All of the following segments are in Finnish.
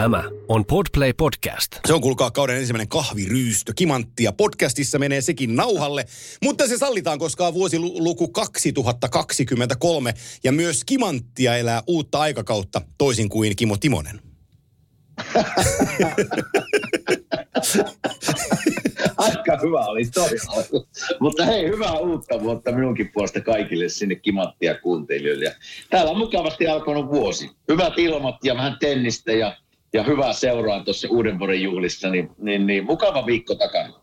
Tämä on Podplay Podcast. Se on kuulkaa kauden ensimmäinen kahviryystö. Kimanttia podcastissa menee sekin nauhalle, mutta se sallitaan, koska on vuosiluku 2023 ja myös Kimanttia elää uutta aikakautta toisin kuin Kimmo Timonen. Aika hyvä oli toi. Mutta hei, hyvää uutta vuotta minunkin puolesta kaikille sinne Kimanttia kuuntelijoille. Täällä on mukavasti alkanut vuosi. Hyvät ilmat ja vähän tennistä ja hyvää seuraa tuossa uuden vuoden juhlissa. Niin mukava viikko takana.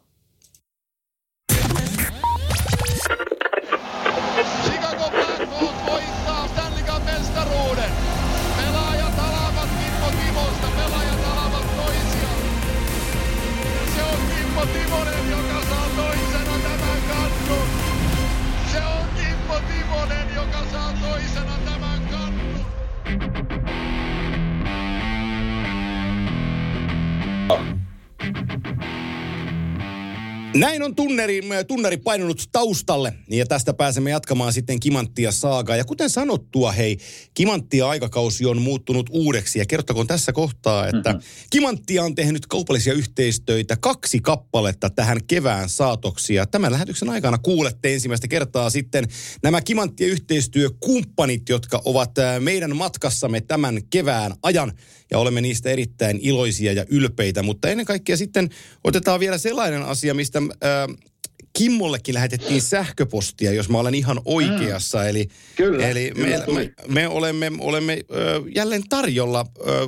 Chicago Blackhawks voittaa Stanley Cup -mestaruuden. Pelaajat alavat Kimmo Timosta, pelaajat alavat toisiaan. Se on Kimmo Timonen, joka saa toisena tämän kannun. Se on Kimmo Timonen, joka saa toisena tämän kannun. Näin on tunnari painunut taustalle ja tästä pääsemme jatkamaan sitten Kimanttia saagaa. Ja kuten sanottua, hei, Kimanttia aikakausi on muuttunut uudeksi ja kertokoon tässä kohtaa, että Kimanttia on tehnyt kaupallisia yhteistöitä 2 kappaletta tähän kevään saatoksi. Ja tämän lähetyksen aikana kuulette ensimmäistä kertaa sitten nämä Kimanttia-yhteistyökumppanit, jotka ovat meidän matkassamme tämän kevään ajan. Ja olemme niistä erittäin iloisia ja ylpeitä, mutta ennen kaikkea sitten otetaan vielä sellainen asia, mistä Kimmollekin lähetettiin sähköpostia, jos mä olen ihan oikeassa. Eli me olemme jälleen tarjolla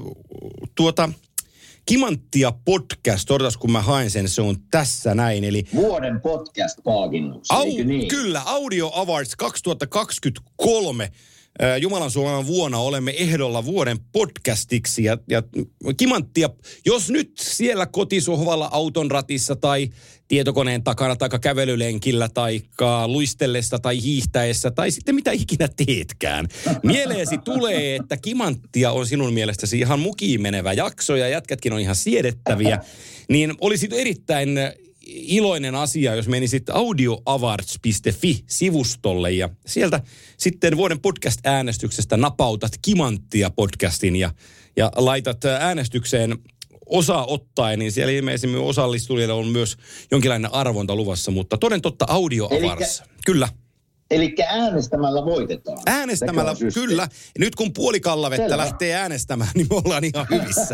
Kimanttia podcast. Odotas, kun mä haen sen, se on tässä näin. Eli vuoden podcast-palkinnoksi, eikö niin? Kyllä, Audio Awards 2023. Jumalan suomalainen vuonna olemme ehdolla vuoden podcastiksi ja Kimanttia, jos nyt siellä kotisohvalla auton ratissa tai tietokoneen takana tai kävelylenkillä tai luistellessa tai hiihtäessä tai sitten mitä ikinä teetkään. Mieleesi tulee, että Kimanttia on sinun mielestäsi ihan mukiin menevä jakso ja jätkätkin on ihan siedettäviä, niin olisi erittäin iloinen asia, jos menisit audioawards.fi-sivustolle ja sieltä sitten vuoden podcast-äänestyksestä napautat Kimanttia podcastin ja laitat äänestykseen osaa ottaen, niin siellä ilmeisesti osallistujille on myös jonkinlainen arvonta luvassa, mutta toden totta Audio Awards. Kyllä. Eli äänestämällä voitetaan. Äänestämällä, kyllä. Ja nyt kun puolikallavetta lähtee äänestämään, niin me ollaan ihan hyvissä.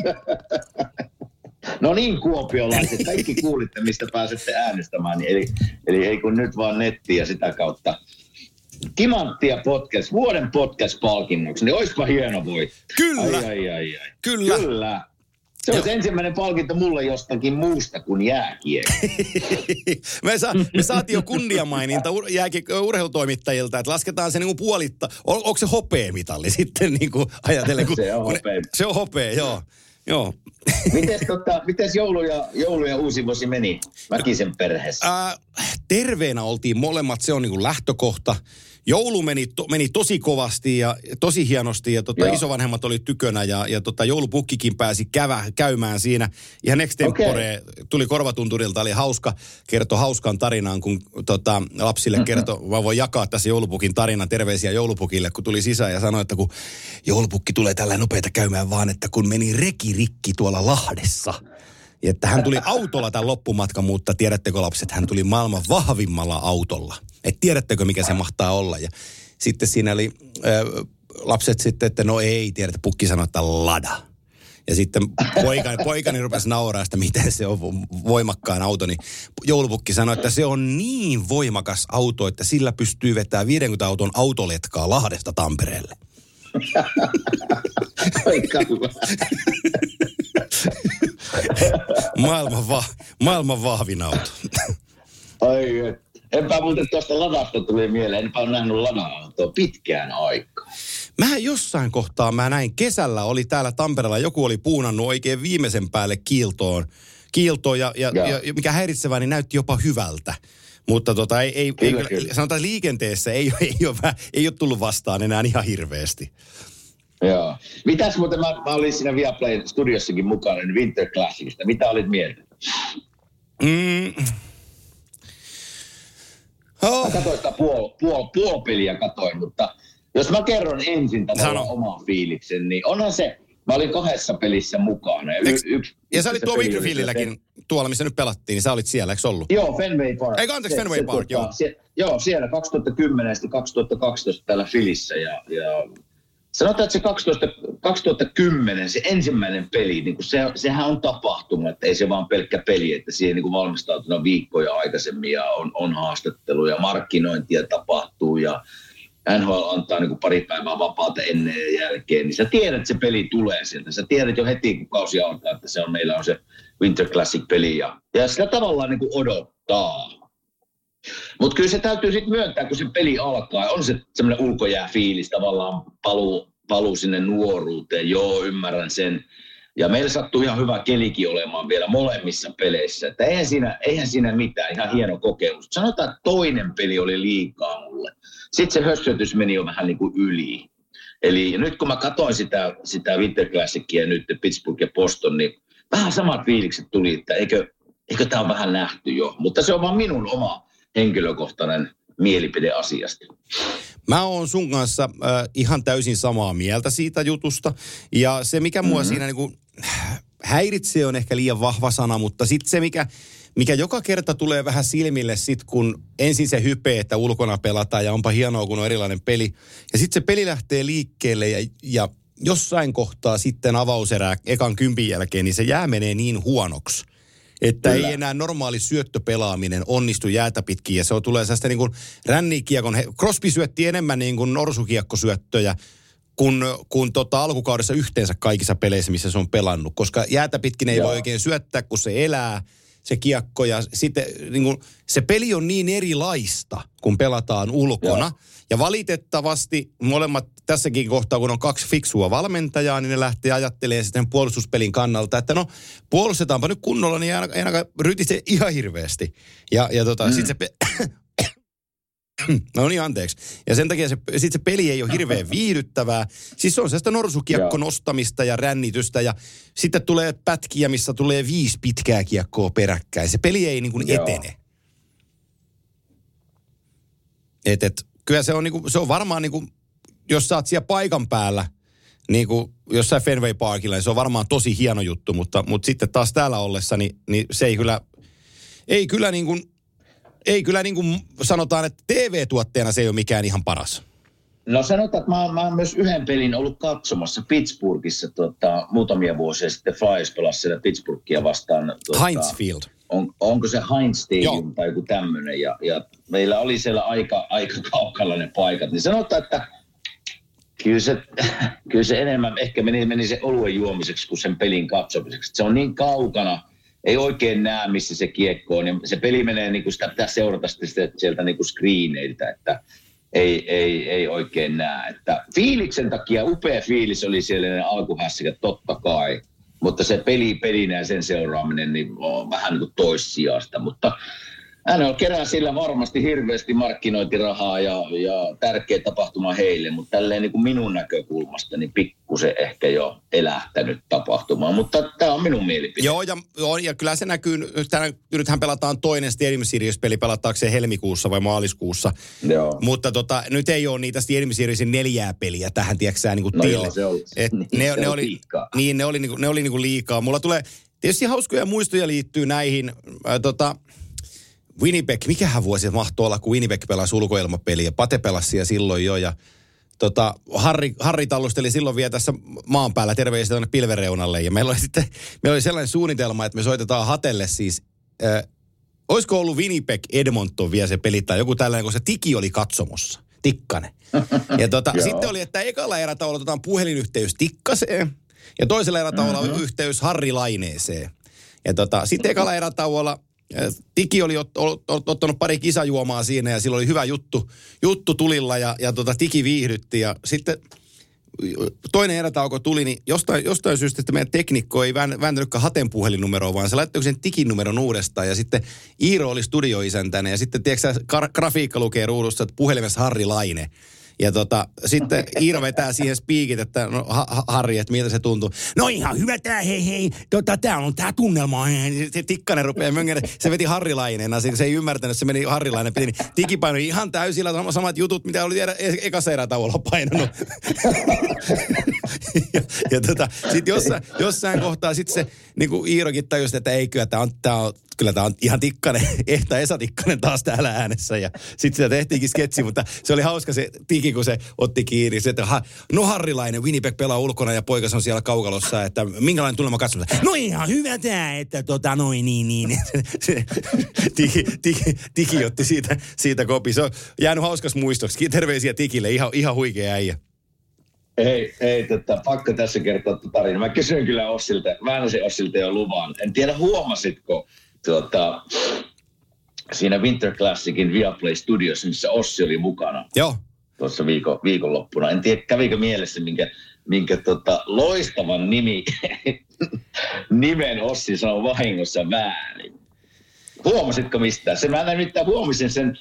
No niin, kuopiolaiset, kaikki kuulitte, mistä pääsette äänestämään. Eli ei kun nyt vaan nettiä sitä kautta. Kimanttia podcast, vuoden podcast-palkinnoksi, niin oispa hieno voittaa. Kyllä. Ai. Kyllä. Se olisi ensimmäinen palkinto mulle jostakin muusta kuin jääkiekko. Me saatiin jo kunniamaininta urheilutoimittajilta, että lasketaan se niin kuin puolitta. Onko se hopeamitalli sitten niin kuin ajatellen? Se on hopea, joo. Mites joulu ja uusi vuosi meni Mäkisen perheessä? Terveenä oltiin molemmat, se on niin kuin lähtökohta. Joulu meni tosi kovasti ja tosi hienosti ja isovanhemmat oli tykönä ja joulupukkikin pääsi käymään siinä. Ihan extempore tuli Korvatunturilta, oli hauska, kertoi hauskan tarinan, kun lapsille kertoi, vaan voi jakaa tässä joulupukin tarinan, terveisiä joulupukille, kun tuli sisään ja sanoi, että kun joulupukki tulee tällä nopeita käymään vaan, että kun meni rekirikki tuolla Lahdessa. Ja että hän tuli autolla tämän loppumatkan, mutta tiedättekö lapset, hän tuli maailman vahvimmalla autolla. Et tiedättekö, mikä se mahtaa olla. Ja sitten siinä oli lapset sitten, että no ei tiedä, pukki sanoi, että Lada. Ja sitten poikani rupesi nauraa sitä, miten se on voimakkaan auto. Niin joulupukki sanoi, että se on niin voimakas auto, että sillä pystyy vetämään 50 auton autoletkaa Lahdesta Tampereelle. Aika hyvä. Maailman vahvin auto. Ai, enpä muuten tuosta Ladasta tuli mieleen. Enpä ole nähnyt Lada-autoa pitkään aikaa. Mä jossain kohtaa näin kesällä oli täällä Tampereella, joku oli puunannut oikein viimeisen päälle kiiltoon ja mikä häiritsevää, niin näytti jopa hyvältä. Mutta kyllä. Sanotaan liikenteessä ei ole tullut vastaan enää ihan hirveästi. Joo. Mitäs muuten, mä olin siinä Viaplay studiossakin mukana, niin Winter Classicista. Mitä olit mieltä? Mä katsoin sitä puolpeliä, mutta jos mä kerron ensin tämän oman fiiliksen, niin onhan se Mä olin 2 pelissä mukana. Ja sä olit tuo Winterfieldilläkin, tuolla missä nyt pelattiin, niin sä olit siellä, eikö ollut? Joo, Fenway Park. Eikö anteeksi, Fenway Park, joo. Joo, siellä 2010 ja 2012 täällä Filissä. Ja sanotaan, että se 2010, se ensimmäinen peli, niin sehän on tapahtuma, että ei se vaan pelkkä peli, että siihen niin valmistautunut viikkoja aikaisemmin ja on haastatteluja, markkinointia tapahtuu ja NHL antaa niin pari päivää vapaata ennen ja jälkeen, niin sä tiedät, että se peli tulee sieltä. Sä tiedät jo heti, kun kausi alkaa, että meillä on se Winter Classic-peli ja sitä tavallaan niin odottaa. Mutta kyllä se täytyy sitten myöntää, kun se peli alkaa. On se semmoinen ulkojääfiilis, tavallaan paluu sinne nuoruuteen. Joo, ymmärrän sen. Ja meillä sattuu ihan hyvä kelikin olemaan vielä molemmissa peleissä. Että eihän siinä mitään, ihan hieno kokemus. Sanotaan, että toinen peli oli liikaa mulle. Sitten se hössötys meni jo vähän niin kuin yli. Eli nyt kun mä katsoin sitä Winter Classicia nyt, Pittsburgh ja Boston, niin vähän samat fiilikset tuli, että eikö tämä ole vähän nähty jo. Mutta se on vaan minun oma henkilökohtainen mielipide asiasta. Mä oon sun kanssa ihan täysin samaa mieltä siitä jutusta. Ja se, mikä mua siinä niinku häiritsee, on ehkä liian vahva sana, mutta sitten se, mikä joka kerta tulee vähän silmille sit, kun ensin se hype, että ulkona pelataan ja onpa hienoa, kun on erilainen peli. Ja sitten se peli lähtee liikkeelle ja jossain kohtaa sitten avauserää ekan 10 jälkeen, niin se jää menee niin huonoksi, että kyllä. Ei enää normaali syöttöpelaaminen onnistu jäätä pitkin. Ja se tulee sellaista niin kuin rännikiekon. Crosby syötti enemmän niin kuin norsukiekkosyöttöjä kuin alkukaudessa yhteensä kaikissa peleissä, missä se on pelannut. Koska jäätä pitkin ei voi oikein syöttää, kun se elää, se kiekko. Ja sitten niin kuin, se peli on niin erilaista, kun pelataan ulkona. Joo. Ja valitettavasti molemmat tässäkin kohtaa, kun on 2 fiksua valmentajaa, niin ne lähtee ajattelemaan sitten puolustuspelin kannalta, että no puolustetaanpa nyt kunnolla, niin ei ainakaan rytise ihan hirveästi. Ja sitten se... No niin, anteeksi. Ja sen takia sit se peli ei ole hirveän viihdyttävää. Siis se on sellaista norsukiekko nostamista ja rännitystä ja sitten tulee pätkiä, missä tulee 5 pitkää kiekkoa peräkkäin. Se peli ei niin kuin etene. Kyllä se on, niinku, se on varmaan, niinku, jos sä oot siellä paikan päällä, niinku, jossain Fenway Parkilla, niin se on varmaan tosi hieno juttu, mutta sitten taas täällä ollessa, niin se ei kyllä sanotaan, että TV-tuotteena se ei ole mikään ihan paras. No sanotaan, että mä oon myös yhden pelin ollut katsomassa Pittsburghissa muutamia vuosia sitten. Flyers pelasi siellä Pittsburghia vastaan. Heinz Field. Onko se Heinz Stadium tai joku tämmöinen. Ja meillä oli siellä aika kaukalla ne paikat. Niin sanotaan, että kyllä se enemmän ehkä meni se oluen juomiseksi kuin sen pelin katsomiseksi. Se on niin kaukana, ei oikein näe, missä se kiekko on. Ja se peli menee, niin kuin sitä pitää seurata sieltä niin kuin screeneiltä, että ei oikein näe. Että fiiliksen takia upea fiilis oli siellä ne alkuhässäkät, totta kai. Mutta se pelinä ja sen seuraaminen niin on vähän niin kuin toissijasta. Mutta NHL kerää sillä varmasti hirveästi markkinointirahaa ja tärkeä tapahtuma heille. Mutta tälleen niin kuin minun näkökulmasta niin pikkusen ehkä jo elähtänyt tapahtumaa. Mutta tämä on minun mielipide. Joo, ja kyllä se näkyy. Nythän pelataan toinen Stadium Series-peli, pelataanko se helmikuussa vai maaliskuussa. Joo. Mutta nyt ei ole niitä Stadium Seriesin 4 peliä tähän, tiedätkö sä, niin kuin tille. Joo, se oli liikaa. Niin, ne oli niin kuin liikaa. Mulla tulee tietysti hauskoja muistoja liittyy näihin, Winnipeg, mikähän vuosi mahtoi olla, kun Winnipeg pelasi ulkoilmapeliä. Pate pelasi siellä silloin jo ja Harri tallusteli silloin vielä tässä maan päällä terveisiä tuonne pilvereunalle. Ja meillä oli sellainen suunnitelma, että me soitetaan Hatelle siis, olisiko ollut Winnipeg Edmonton vielä se peli tai joku tällainen, kun se Tiki oli katsomossa. Tikkanen. Ja sitten oli, että ekalla erätaululla otetaan puhelinyhteys Tikkaseen ja toisella erätaululla yhteys Harri Laineeseen. Ja sitten ekalla erätauolla Tiki oli ottanut pari kisajuomaa siinä ja sillä oli hyvä juttu tulilla ja Tiki viihdytti ja sitten toinen erätauko tuli, niin jostain syystä, että meidän teknikko ei vääntänytkään Haten puhelinnumeroa, vaan se laittoi sen Tikin numeron uudestaan ja sitten Iiro oli studioisäntänä ja sitten tiedätkö grafiikka lukee ruudusta, että puhelimessa Harri Laine. Ja sitten Iiro vetää siihen spiikit, että no Harri, että miltä se tuntuu. No ihan hyvä tää, hei, tää on tää tunnelma. Se Tikkanen rupeaa möngänä. Se veti Harrilaineena, se ei ymmärtänyt, se meni Harrilainen. Piti Tiki painoi ihan täysillä samat jutut, mitä oli ekassa erätauolla painanut. ja sitten jossain kohtaa sitten se niinku Iirokin tajusi, että ei, kyllä tää on ihan Tikkanen, ehtä Esa Tikkanen taas täällä äänessä. Ja sitten sitä tehtiinkin sketsi, mutta se oli hauska se Tiki, kun se otti kiinni. Se, että no Harrilainen, Winnipeg pelaa ulkona ja poikas on siellä kaukalossa, että minkälainen tunnelma katsotaan. No ihan hyvä tää, että niin. Tiki otti siitä kopi. Se on jäänyt hauskas muistoksi. Terveisiä Tikille, ihan huikea äijä. Ei, pakko tässä kertoa tarina. Mä kysyin kyllä Ossilta, väännäsin Ossilta jo luvan. En tiedä, huomasitko siinä Winter Classicin Viaplay Studios, missä Ossi oli mukana. Joo. Tuossa viikonloppuna. En tiedä, kävikö mielessä, minkä loistavan nimen Ossi sanoi vahingossa väärin. Huomasitko mistään? Mä nimittäin huomasin sen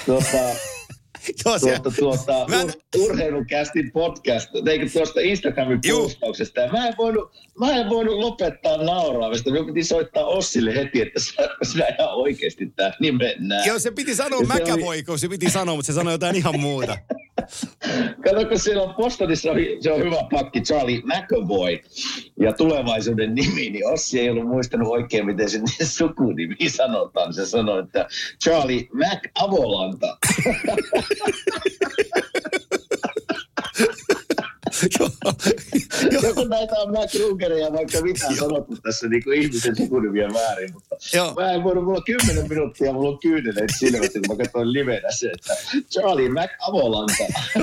urheilukästin podcast, eikö tuosta Instagramin postauksesta. Ja mä en voinut lopettaa nauraamista. Minun piti soittaa Ossille heti, että saatko sinä ihan oikeasti tämä nimen näin. Joo, se piti sanoa McAvoy, kun se piti sanoa, mutta se sanoi jotain ihan muuta. Kato, kun siellä on Bostonissa, se on hyvä pakki, Charlie McAvoy ja tulevaisuuden nimi, niin Ossi ei ollut muistanut oikein, miten se sukunimi sanotaan. Se sanoi, että Charlie McAvolanta. Joku näitä on McRugeria vaikka mitään sanottu tässä niin kuin ihmisen sukunimiä väärin, mutta mä en voinut, mulla 10 minuuttia, mulla on kyyneleet silmät, kun mä katsoin livenä se, että Charlie McAvolanta.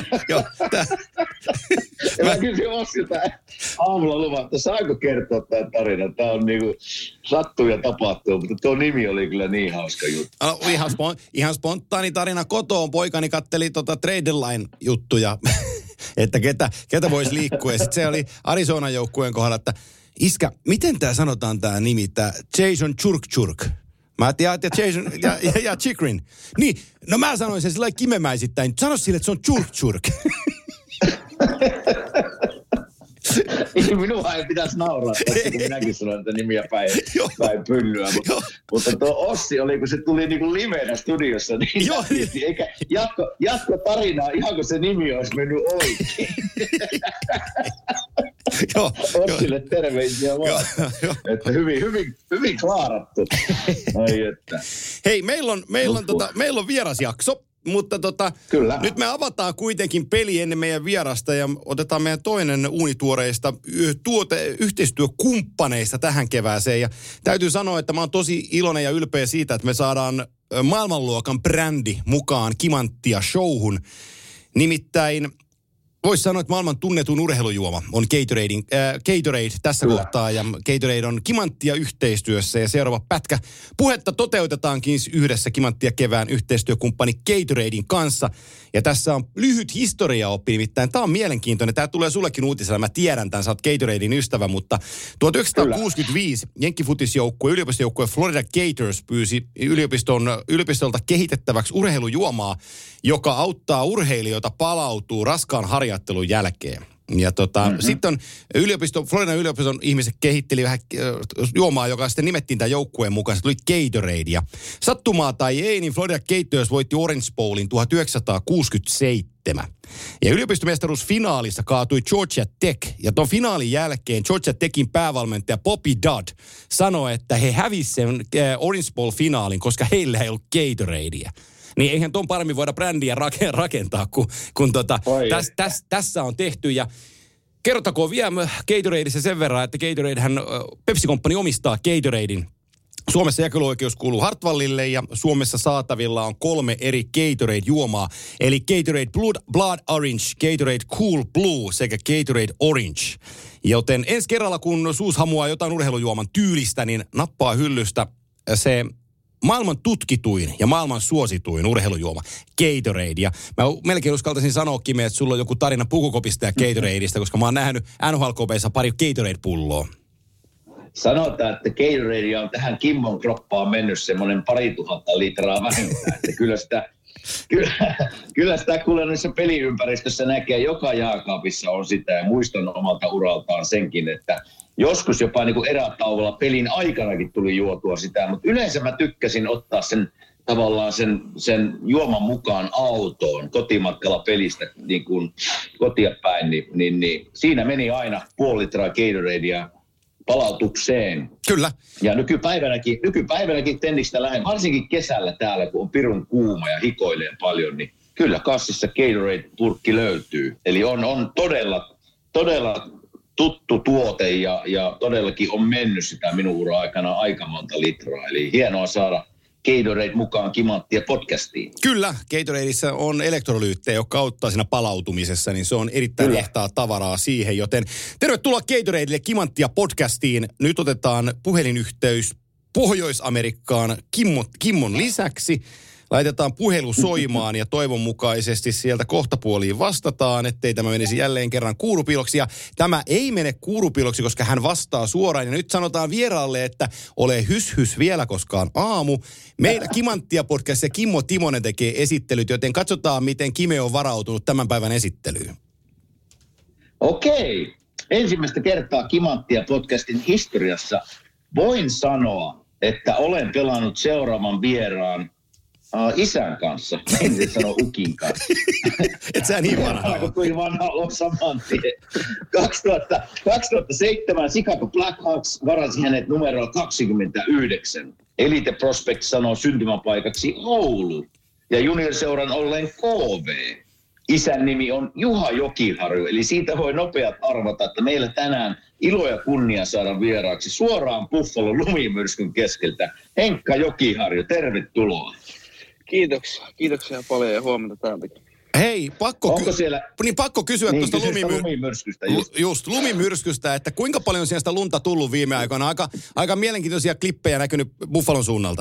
Ja mä kysyin Ossilta aamulla luvan, että saanko kertoa tämän tarinan. Tämä on niinku sattuu ja tapahtuu, mutta tuo nimi oli kyllä niin hauska juttu. Ihan spontaani tarina kotoon. Poikani katteli trade line juttuja. Että ketä voisi liikkua. Ja sitten se oli Arizonan joukkueen kohdalla, että iskä, miten tämä sanotaan tämä nimi, tämä Jason Churk. Mä tiedän, että Jason ja Chikrin. Niin, no mä sanoin sen sillä kimemäisittäin. Sano sille, että se on Churk. Minua ei pitäisi nauraa tässä, kun minäkin sanon näitä nimiä päin pyllyä. Mutta tuo Ossi oli, kun se tuli niin kuin livenä studiossa, niin eikä jatko tarinaa ihan kun se nimi olisi mennyt oikein. Ossille terveisiä vaan. Että hyvin klaarattu. Ai että. Hei, meillä on vierasjakso. Mutta nyt me avataan kuitenkin peli ennen meidän vierasta ja otetaan meidän toinen uunituoreista yhteistyökumppaneista tähän kevääseen. Ja täytyy sanoa, että mä oon tosi iloinen ja ylpeä siitä, että me saadaan maailmanluokan brändi mukaan Kimanttia showhun. Nimittäin voisi sanoa, että maailman tunnetun urheilujuoma on Gatorade tässä kohtaa ja Gatorade on Kimanttia yhteistyössä ja seuraava pätkä puhetta toteutetaankin yhdessä Kimanttia kevään yhteistyökumppani Gatoraden kanssa. Ja tässä on lyhyt historiaoppi, nimittäin tämä on mielenkiintoinen. Tämä tulee sullekin uutisella, mä tiedän tämän, sä oot Gatoraden ystävä, mutta 1965 jenkkifutisjoukkue, yliopistojoukkue Florida Gators pyysi yliopistolta kehitettäväksi urheilujuomaa, joka auttaa urheilijoita palautuu raskaan harjoittelun jälkeen. Ja sitten Floridan yliopiston ihmiset kehitteli vähän juomaa, joka sitten nimettiin tämän joukkueen mukaan. Se tuli Gatorade. Ja sattumaa tai ei, niin Florida Gators voitti Orange Bowlin 1967. Ja yliopistomestaruusfinaalissa kaatui Georgia Tech. Ja tuon finaalin jälkeen Georgia Techin päävalmentaja Bobby Dodd sanoi, että he hävisivät sen Orange Bowl-finaalin, koska heillä ei ollut Gatoradea. Niin eihän ton paremmin voida brändiä rakentaa, kun tässä on tehty. Ja kerrotakoon vielä Gatoradeissa sen verran, että Gatoradehän Pepsi Company omistaa Gatoraden. Suomessa jakeluoikeus kuuluu Hartwallille ja Suomessa saatavilla on 3 eri Gatorade-juomaa. Eli Gatorade Blood Orange, Gatorade Cool Blue sekä Gatorade Orange. Joten ensi kerralla, kun suus hamuaa jotain urheilujuoman tyylistä, niin nappaa hyllystä se maailman tutkituin ja maailman suosituin urheilujuoma, Gatorade. Ja mä melkein uskaltaisin sanoakin, että sulla on joku tarina pukukopista ja Gatoradeista, koska mä oon nähnyt NHL-kopeissa pari Gatorade-pulloa. Sanotaan, että Gatorade on tähän Kimmon kroppaan mennyt semmoinen 2000 litraa vähintään. Että kyllä sitä Kyllä sitä kuulee noissa peliympäristössä näkee, joka jääkaapissa on sitä ja muistan omalta uraltaan senkin, että joskus jopa niin kuin erätauolla pelin aikanakin tuli juotua sitä, mutta yleensä mä tykkäsin ottaa sen tavallaan sen juoman mukaan autoon kotimatkalla pelistä niin kuin kotia päin, niin siinä meni aina puoli litraa Gatoradea palautukseen. Kyllä. Ja nykypäivänäkin tennistä lähden, varsinkin kesällä täällä, kun on pirun kuuma ja hikoilee paljon, niin kyllä kassissa Gatorade-purkki löytyy. Eli on todella tuttu tuote ja todellakin on mennyt sitä minun ura aikana aika monta litraa. Eli hienoa saada Gatorade mukaan Kimanttia podcastiin. Kyllä, Gatoradeissa on elektrolyyttejä, jotka auttaa siinä palautumisessa, niin se on erittäin ehtaa tavaraa siihen, joten tervetuloa Gatoradelle Kimanttia podcastiin. Nyt otetaan puhelinyhteys Pohjois-Amerikkaan Kimmon lisäksi. Laitetaan puhelu soimaan ja toivon mukaisesti sieltä kohtapuoliin vastataan, ettei tämä menisi jälleen kerran kuurupiiloksi. Ja tämä ei mene kuurupiiloksi, koska hän vastaa suoraan. Ja nyt sanotaan vieraalle, että ole hys vielä, koska on aamu. Meillä Kimanttia podcast ja Kimmo Timonen tekee esittelyt, joten katsotaan, miten Kime on varautunut tämän päivän esittelyyn. Okei. Ensimmäistä kertaa Kimanttia podcastin historiassa voin sanoa, että olen pelannut seuraavan vieraan isän kanssa, en sano Ukin kanssa. Et sä niin vanha ole. Kuin vanha on saman tien. 2007 Chicago Blackhawks varasi hänet numerolla 29. Elite Prospect sanoo syntymäpaikaksi Oulu ja juniorseuran ollen KV. Isän nimi on Juha Jokiharju, eli siitä voi nopeat arvata, että meillä tänään ilo ja kunnia saada vieraaksi suoraan Buffalon lumimyrskyn keskeltä Henkka Jokiharju. Tervetuloa. Kiitoksia paljon ja huomenta täältäkin. Hei, pakko kysyä tuosta lumimyrskystä. Just lumimyrskystä, että kuinka paljon siellä sitä lunta tullut viime aikoina? Aika mielenkiintoisia klippejä näkynyt Buffalon suunnalta.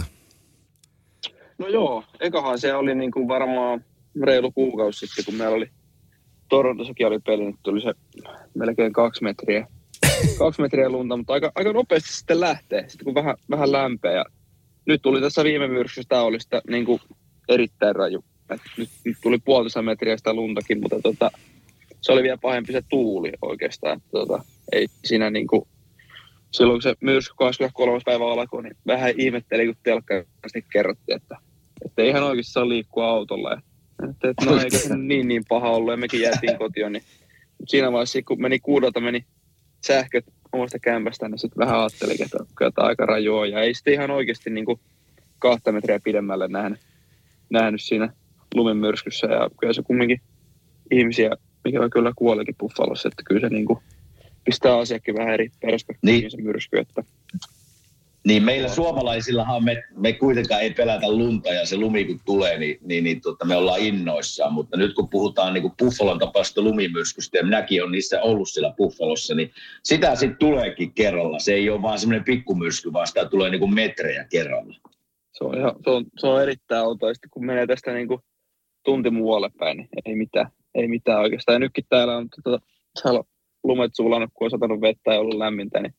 No joo, ekahan se oli niin kuin varmaan reilu kuukausi sitten, kun meillä oli Torontossakin oli peli, nyt tuli se melkein 2 metriä. 2 metriä lunta, mutta aika nopeasti sitten lähtee, sitten kun vähän lämpeä. Ja nyt tuli tässä viime myrskystä, oli sitä niin kuin erittäin raju. Nyt tuli 1,5 metriä sitä luntakin, mutta se oli vielä pahempi se tuuli oikeastaan. Ei siinä niin kuin, silloin kun se myrsky 23. päivä alkoi, niin vähän ihmetteli, kun telkkarasti kerrottiin, että ei ihan oikeasti saa liikkua autolla. Että no eikö se niin paha ollut ja mekin jäätiin kotiin. Niin. Siinä vaiheessa, kun meni 6 meni sähköt omasta kämpästä, niin sitten vähän ajattelin, että kyllä tämä aika rajua. Ja ei sitten ihan oikeasti niin kuin 2 metriä pidemmälle nähnyt siinä lumimyrskyssä. Ja kyllä se kumminkin ihmisiä, mikä kyllä kuolikin Buffalossa, että kyllä se niin kuin pistää asiakin vähän eri perspektiiviin se myrsky. Että niin meillä suomalaisillahan me kuitenkaan ei pelätä lunta ja se lumi kun tulee, niin me ollaan innoissaan. Mutta nyt kun puhutaan niin kuin Buffalon tapaista lumimyrskystä ja minäkin olen niissä ollut siellä Buffalossa, niin sitä sitten tuleekin kerralla. Se ei ole vaan semmoinen pikkumyrsky, vaan sitä tulee niin kuin metrejä kerralla. Se on erittäin outoa. Kun menee tästä niin kuin tunti muualle päin, niin ei mitään oikeastaan. Ja nytkin täällä on lumet sulannut, kun on satanut vettä ja ollut lämmintä, niin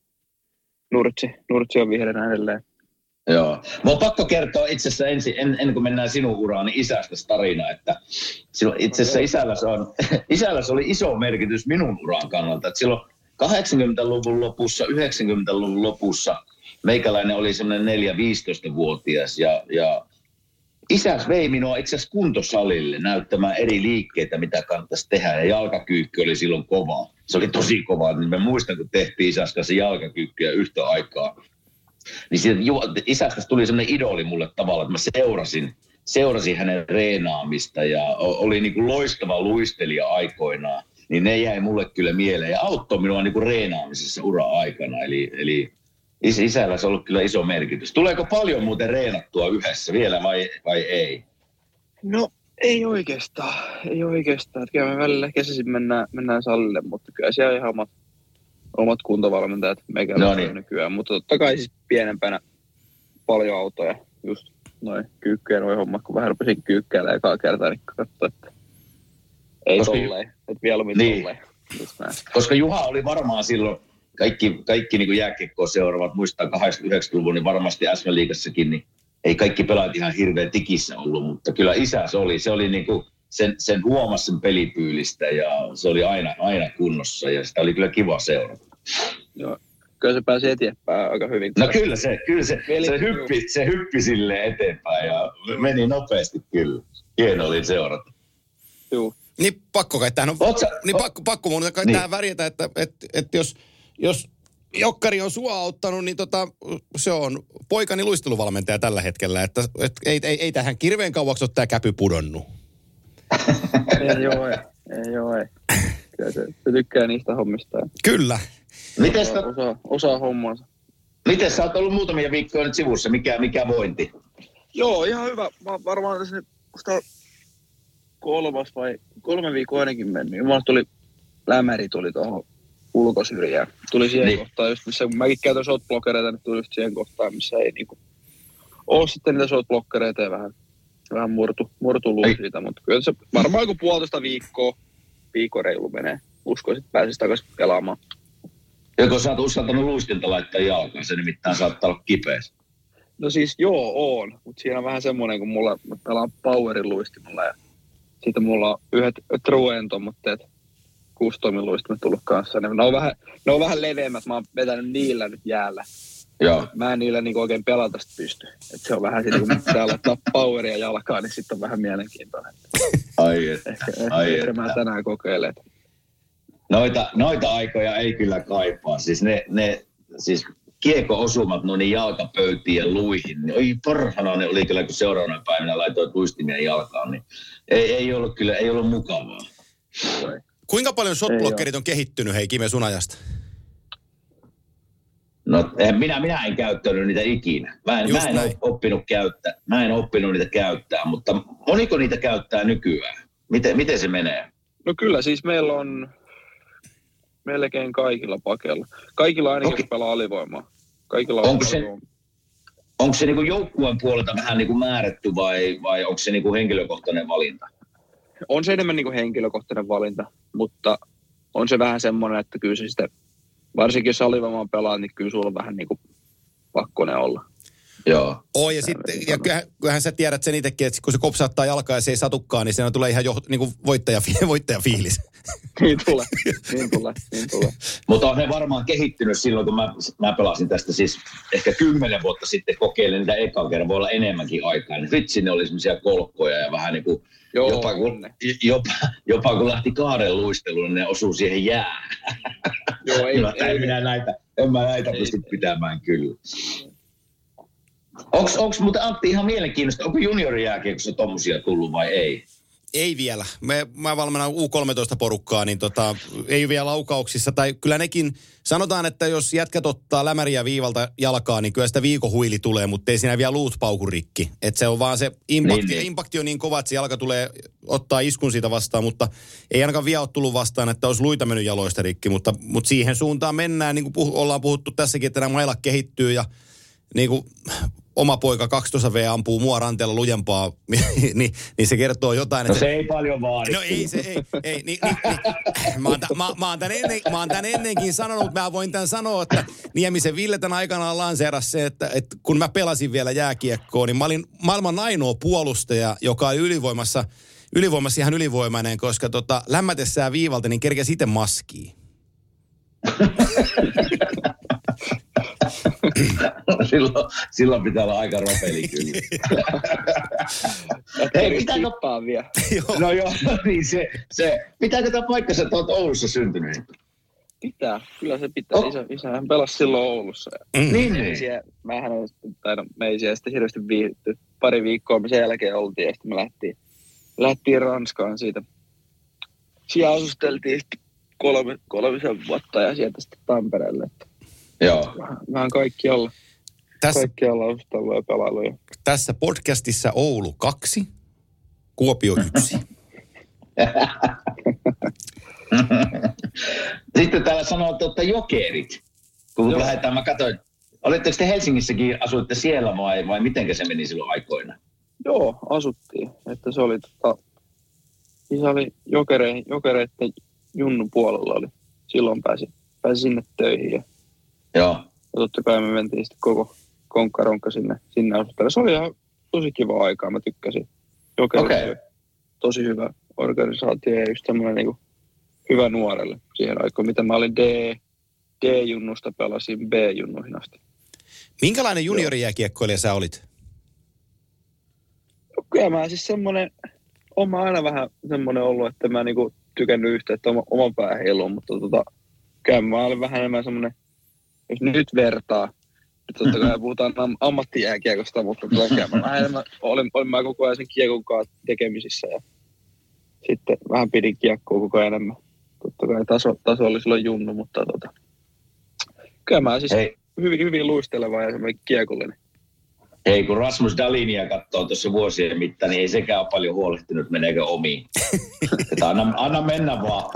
Nurtsi on vihreänä edelleen. Joo. Mä oon pakko kertoa itse asiassa ennen kuin mennään sinun uraan, niin isästä tarina, että itse asiassa isällä se oli iso merkitys minun uran kannalta. Että silloin 80-luvun lopussa, 90-luvun lopussa meikäläinen oli semmoinen 4-15-vuotias ja isäs vei minua itse asiassa kuntosalille näyttämään eri liikkeitä, mitä kannattaisi tehdä. Ja jalkakyykky oli silloin kova. Se oli tosi kova. Niin mä muistan, kun tehtiin isäs kanssa jalkakyykkyä yhtä aikaa. Niin siitä isästä tuli semmoinen idoli mulle tavallaan, että mä seurasin hänen reenaamista. Ja oli niin kuin loistava luistelija aikoinaan. Niin ne jäi mulle kyllä mieleen ja auttoi minua niin kuin reenaamisessa ura-aikana. Eli isällä se on ollut kyllä iso merkitys. Tuleeko paljon muuten reenattua yhdessä vielä vai ei? No ei oikeastaan. Kyllä me välillä kesäisin mennään salille, mutta kyllä siellä on ihan omat kuntovalmentajat meikäläisiä nykyään. Mutta totta kai siis pienempänä paljon autoja. Just noin kyykkyjä noin hommat, kun vähän rupesin kyykkäillä ekaa kertaa, niin katsoin, että ei tolleen. Että mieluummin tolleen. Koska Juha oli varmaan silloin kaikki niin kuin jääkiekkoa seuraavat, muistaa 89-luvun, niin varmasti SM-liigassakin, niin ei kaikki pelaajat ihan hirveän tikissä ollut, mutta kyllä isä se oli niin kuin, sen huomasi sen pelityylistä ja se oli aina kunnossa ja sitä oli kyllä kiva seurata. Joo, kyllä se pääsi eteenpäin aika hyvin. No kyllä se hyppi silleen eteenpäin ja meni nopeasti kyllä. Hieno oli seurata. Joo. Niin pakko kai tähän on, pakko mun kai tähän värjätä, että jos Jokkari on sua auttanut, niin se on poikani luisteluvalmentaja tällä hetkellä, että ei tähän kirveen kauaksi ole tämä käpy pudonnut. Ei ole. Kyllä se tykkää niistä hommista. Kyllä. Osaa hommansa. Miten sä oot ollut muutamia viikkoja nyt sivussa? Mikä vointi? Joo, ihan hyvä. Mä varmaan tässä nyt 3 viikkoa ainakin mennyt. Lämäri tuli tuohon ulkosyrjään. Tuli siihen kohtaan just, missä kun mäkin käytän shotblockereita, niin tuli just siihen kohtaan, missä ei niinku ole sitten niitä shotblockereita ja vähän murtu luu siitä, mutta kyllä se varmaan joku 1,5 viikko reilu menee. Uskoisin, että pääsisi takaisin pelaamaan. Joko sä oot uskaltanut luistinta laittaa jalkaan, se nimittäin saattaa olla kipeässä. No siis on, mutta siinä on vähän semmoinen, kun mä pelaan powerin luistimella ja sitten mulla on yhdet Truen tommoitteet 6-toimin luistimet tullut kanssa. Ne on vähän leveämmät, mä oon vetänyt niillä nyt jäällä. Joo. Mä en niillä niinku oikein pelata sitä pysty. Et se on vähän siitä, kun pitää laittaa poweria jalkaan, niin sitten on vähän mielenkiintoinen. Ehkä mä tänään kokeilen. Noita aikoja ei kyllä kaipaa. Siis siis kiekko-osumat noihin jalkapöytiin ja luihin, niin oi parhana ne oli kyllä, kun seuraavana päivänä laitoit luistimia jalkaan, niin ei ollut mukavaa. Kuinka paljon shotblockerit on kehittynyt, hei Kime, sun ajasta? No minä en käyttänyt niitä ikinä. Mä en oppinut niitä käyttää, mutta moniko niitä käyttää nykyään? Miten se menee? No kyllä, siis meillä on melkein kaikilla pakeilla. Kaikilla ainakin, jos pelaa alivoimaa. Onko se niinku joukkueen puolelta vähän niinku määrätty vai onko se niinku henkilökohtainen valinta? On se enemmän niinku henkilökohtainen valinta, mutta on se vähän semmoinen, että kyllä se sitten, varsinkin jos alivoimaa pelaa, niin kyllä sulla on vähän niinku pakkonen olla. Joo. Ja sitten, ja kyllähän sä tiedät sen itsekin, että kun se kopsaattaa jalkaa ja se ei satukaan, niin siinä tulee ihan niin voittajafiilis. Niin tulee. Mutta on ne varmaan kehittynyt silloin, kun mä pelasin tästä siis ehkä 10 vuotta sitten, kokeilin niitä ekan kerran, voi olla enemmänkin aikaa. Niin vitsi, ne oli semmoisia kolkkoja ja vähän niin kuin, jopa kun lähti kaaren luisteluun, niin ne osuu siihen jäähän. Joo, en mä näitä pysty pitämään kyllä. Onko muuten Antti ihan mielenkiintoista, onko juniorijääkiekossa tommosia tullut vai ei? Ei vielä. Mä valmennan U13-porukkaa, niin ei vielä laukauksissa. Tai kyllä nekin, sanotaan, että jos jätkät ottaa lämäriä viivalta jalkaa, niin kyllä sitä viikohuili tulee, mutta ei siinä vielä luut pauku rikki. Että se on vaan se impakti on niin kova, että se jalka tulee ottaa iskun siitä vastaan, mutta ei ainakaan vielä ole tullut vastaan, että olisi luita mennyt jaloista rikki. Mutta siihen suuntaan mennään, niin kuin ollaan puhuttu tässäkin, että nämä mailat kehittyy ja niin kuin oma poika 12V ampuu mua ranteella lujempaa, niin se kertoo jotain. No se ei paljon vaadi. No ei se, ei. Mä oon tän ennenkin sanonut, mä voin tän sanoa, että Niemisen Ville tän aikanaan lanseerasi se, että kun mä pelasin vielä jääkiekkoa, niin mä olin maailman ainoa puolustaja, joka oli ylivoimassa ihan ylivoimainen, koska lämmätessään viivalta, niin kerkesi itse maskiin. Silloin pitää olla aika ropeli kyllä. Hei, pitääkö vielä? No joo, niin se. Pitääkö tämä paikkansa, että olet Oulussa syntynyt? Pitää, kyllä se pitää. Isähän pelasi silloin Oulussa. Niin. Me ei siellä sitten hirveästi viihdytty. Pari viikkoa me sen jälkeen oltiin ja sitten me lähdettiin Ranskaan siitä. Siellä asusteltiin sitten 3 vuotta ja sieltä sitten Tampereelle. Joo. Vähän kaikkialla osustellut ja pelailuja. Tässä podcastissa Oulu 2, Kuopio 1. Sitten täällä sanoo, että Jokerit. Kun lähdetään, mä katsoin, oletteko te Helsingissäkin, asuitte siellä vai mitenkä se meni silloin aikoina? Joo, asuttiin. Että se oli isä oli jokereiden Junnu puolella oli. Silloin pääsi sinne töihin. Joo. Ja totta kai me mentiin sitten konkkaronkka sinne asuttele. Se oli ihan tosi kiva aikaa, mä tykkäsin. Jokerit tosi hyvä organisaatio ja just semmoinen niin kuin hyvä nuorelle siihen aikaan, mitä mä olin D-junnusta pelasin B-junnuihin asti. Minkälainen juniorijääkiekkoilija sä olit? Kyllä mä siis semmoinen, oon mä aina vähän semmoinen ollut, että mä niinku tykännyt yhtä, että oman pää heiluun, mutta kyllä mä olin vähän enemmän semmoinen, jos nyt vertaa, että totta kai puhutaan ammattijääkiekosta, mutta kyllä mä vähän enemmän olin mä koko ajan sen kiekon kanssa tekemisissä ja sitten vähän pidin kiekkoa koko ajan enemmän. Totta kai taso oli silloin junnu, mutta kyllä mä siis hyvin luisteleva ja semmoinen kiekollinen. Hei, kun Rasmus Dahlinia katsoo tuossa vuosien mittaan, niin ei sekään ole paljon huolehtinut, meneekö omiin. Että anna mennä vaan.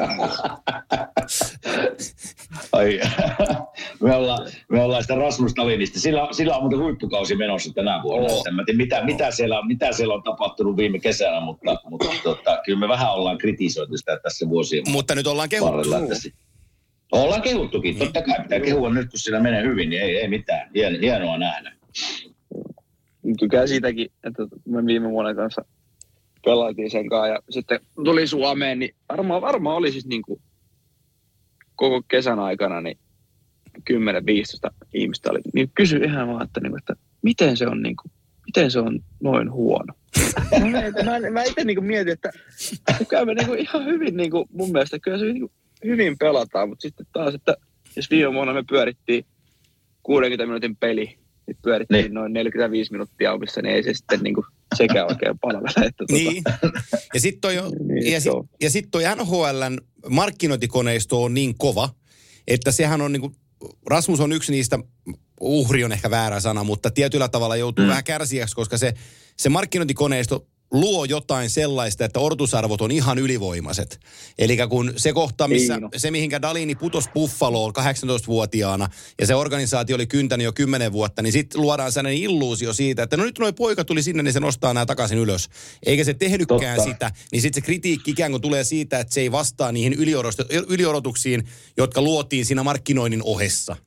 Ai, me ollaan sitä Rasmus Dahlinista. Sillä on muuten huippukausi menossa tänä vuonna. En tiedä, mitä siellä on tapahtunut viime kesänä, mutta kyllä me vähän ollaan kritisoitu sitä tässä vuosien. Mutta nyt ollaan kehuttu. Ollaan kehuttukin. Totta kai pitää kehua nyt, kun sillä menee hyvin, niin ei mitään. Hienoa nähdä. Tykkää siitäkin, että me viime vuonna kanssa pelaatiin sen kanssa ja sitten tuli Suomeen, niin varmaan oli siis niin kuin koko kesän aikana niin 10-15 ihmistä oli. Niin kysyi ihan vaan, että miten se on noin huono. Mä itse niin kuin mietin, että kyllä me niin kuin ihan hyvin niin kuin mun mielestä kyllä se niin kuin hyvin pelataan, mutta sitten taas, että jos viime vuonna me pyörittiin 60 minuutin peli, nyt pyörittiin noin 45 minuuttia omissa, niin ei se sitten niinku sekään oikein palvele. Niin. Ja sitten toi NHL:n markkinointikoneisto on niin kova, että sehän on niinku, Rasmus on yksi niistä, uhri on ehkä väärä sana, mutta tietyllä tavalla joutuu vähän kärsijäksi, koska se markkinointikoneisto luo jotain sellaista, että odotusarvot on ihan ylivoimaiset. Eli kun se kohta, mihinkä Dahlini putosi Buffaloon 18-vuotiaana ja se organisaatio oli kyntänyt jo 10 vuotta, niin sitten luodaan sellainen illuusio siitä, että no nyt noi poika tuli sinne, niin se nostaa nämä takaisin ylös. Eikä se tehnytkään sitä, niin sitten se kritiikki ikään kuin tulee siitä, että se ei vastaa niihin yliodotuksiin, jotka luotiin siinä markkinoinnin ohessa.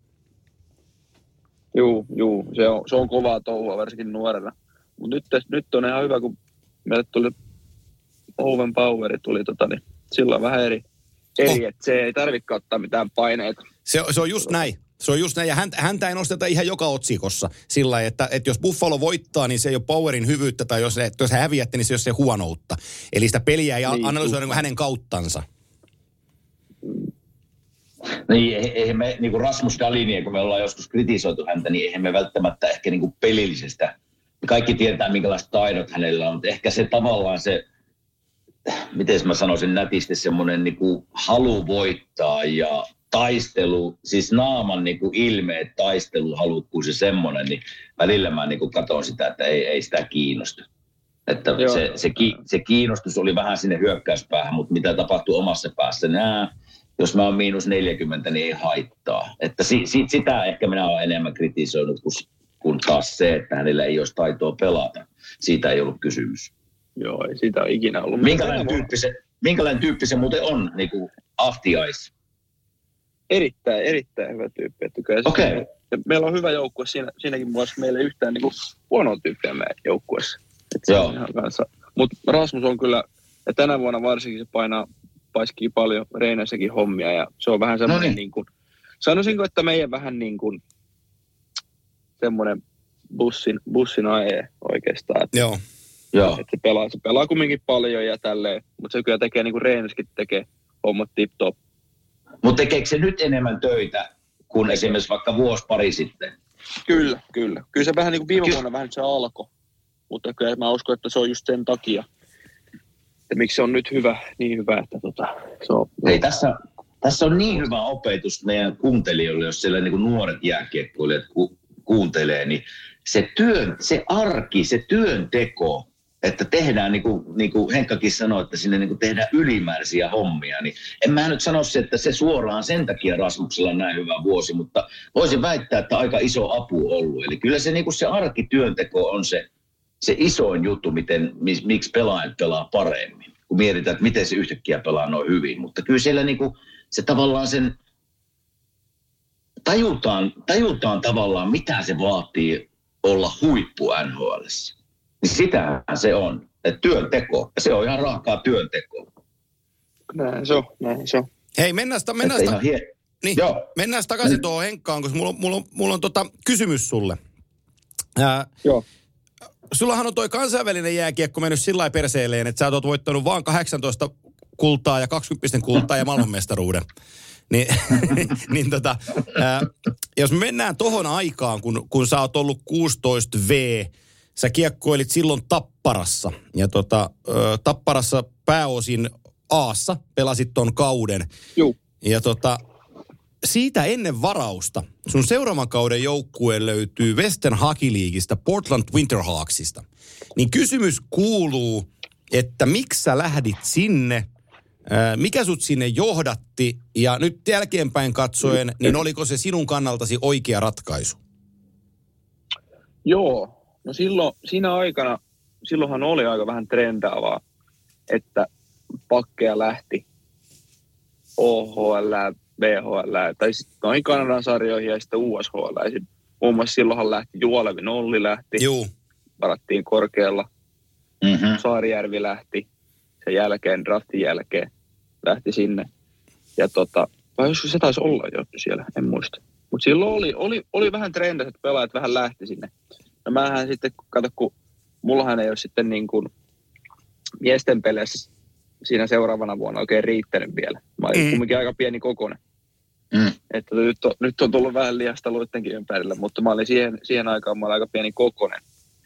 Joo, se on kovaa touhua, varsinkin nuorena. Mutta nyt on ihan hyvä, kun meille tuli Owen Poweri tuli, niin silloin vähän eri että se ei tarvitse ottaa mitään paineita. Se on just näin. Se on just näin, ja häntä ei nosteta ihan joka otsikossa sillä lailla, että jos Buffalo voittaa, niin se ei ole Powerin hyvyyttä, tai jos häviätte, niin se ei ole se huonoutta. Eli sitä peliä ei analysoida hänen kauttansa. Niin, eihän me, niin kuin Rasmus Dahlinia, kun me ollaan joskus kritisoitu häntä, niin eihän me välttämättä ehkä niin kuin pelillisestä. Kaikki tietää, minkälaiset taidot hänellä on, mutta ehkä se tavallaan se, miten mä sanoisin nätisti, semmoinen niin kuin halu voittaa ja taistelu, siis naaman niin kuin ilmeet, taisteluhalukkuus ja semmoinen, niin välillä mä niin kuin katson sitä, että ei sitä kiinnosta. Että se kiinnostus oli vähän sinne hyökkäyspäähän, mutta mitä tapahtui omassa päässä, jos mä oon -40, niin ei haittaa. Että sitä ehkä minä olen enemmän kritisoinut kuin taas se, että hänellä ei olisi taitoa pelata. Siitä ei ollut kysymys. Joo, ei siitä ole ikinä ollut. Minkälainen tyyppi se muuten on, niin kuin Ahtiais? Erittäin hyvä tyyppi. Okay. Meillä on hyvä joukkue siinäkin muassa meillä ei yhtään niin kuin huonoa tyyppiä meidän joukkueessa. Mutta Rasmus on kyllä, ja tänä vuonna varsinkin se paiskii paljon Reinässäkin hommia, ja se on vähän semmoinen niin kuin, sanoisinko, että meidän vähän niin kuin semmoinen bussin aje oikeastaan. Että, Joo. Että se pelaa kumminkin paljon ja tälleen, mutta se kyllä tekee niin kuin Reinässäkin tekee hommat tip-top. Mutta tekeekö se nyt enemmän töitä kuin esimerkiksi vaikka vuosi pari sitten? Kyllä. Kyllä se vähän niin kuin viime vuonna vähän se alkoi, mutta kyllä mä uskon, että se on just sen takia. Ja miksi se on nyt niin hyvä, että se on... Hei, tässä on niin hyvä opetus meidän kuuntelijoille, jos siellä niin kuin nuoret jääkiekkoilijat kuuntelee, niin se arki, se työnteko, että tehdään, niin kuin Henkkakin sanoi, että sinne niin kuin tehdään ylimääräisiä hommia, niin en mä nyt sano se, että se suoraan sen takia Rasmuksella on näin hyvä vuosi, mutta voisin väittää, että aika iso apu ollut. Eli kyllä se, niin kuin se arkityönteko on se isoin juttu, miksi pelaajat pelaa paremmin, kun mietitään, että miten se yhtäkkiä pelaa noin hyvin. Mutta kyllä siellä niinku, se tavallaan sen tajutaan tavallaan, mitä se vaatii olla huippu NHL:ssä. Niin sitähän se on. Että työnteko. Ja se on ihan raakaa työntekoa. Näin se on. Hei, mennään takaisin tuohon Henkkaan, koska mulla on kysymys sulle. Joo. Sullahan on toi kansainvälinen jääkiekko mennyt sillä lailla perseelleen, että sä oot voittanut vaan 18 kultaa ja 20 kultaa ja maailmanmestaruuden. Jos me mennään tohon aikaan, kun sä oot ollut 16V, sä kiekkoilit silloin Tapparassa. Ja Tapparassa pääosin Aassa pelasit ton kauden. Juu. Ja siitä ennen varausta sun seuraavan kauden joukkue löytyy Western Hockey Leagueista, Portland Winterhawksista. Niin kysymys kuuluu, että miksi sä lähdit sinne, mikä sut sinne johdatti ja nyt jälkeenpäin katsoen, niin oliko se sinun kannaltasi oikea ratkaisu? Joo, no siinä aikana, silloinhan oli aika vähän trendaavaa, että pakkeja lähti OHL, BHL, tai sitten noihin Kanadan sarjoihin ja sitten USHL. Ja muun muassa silloinhan lähti Juolevi Nolli lähti, varattiin korkealla, Saarijärvi lähti, sen jälkeen, draftin jälkeen lähti sinne. Ja vai joskus se taisi olla jo siellä, en muista. Mutta silloin oli vähän trendas, että pelaajat vähän lähti sinne. No mähän sitten, kato kun mullahan ei ole sitten niin kuin miesten peleissä siinä seuraavana vuonna oikein riittänyt vielä. Mä olin kumminkin aika pieni kokoinen. Että nyt on tullut vähän lihastaluittenkin ympärillä, mutta mä olin siihen aikaan mä olin aika pieni kokoinen.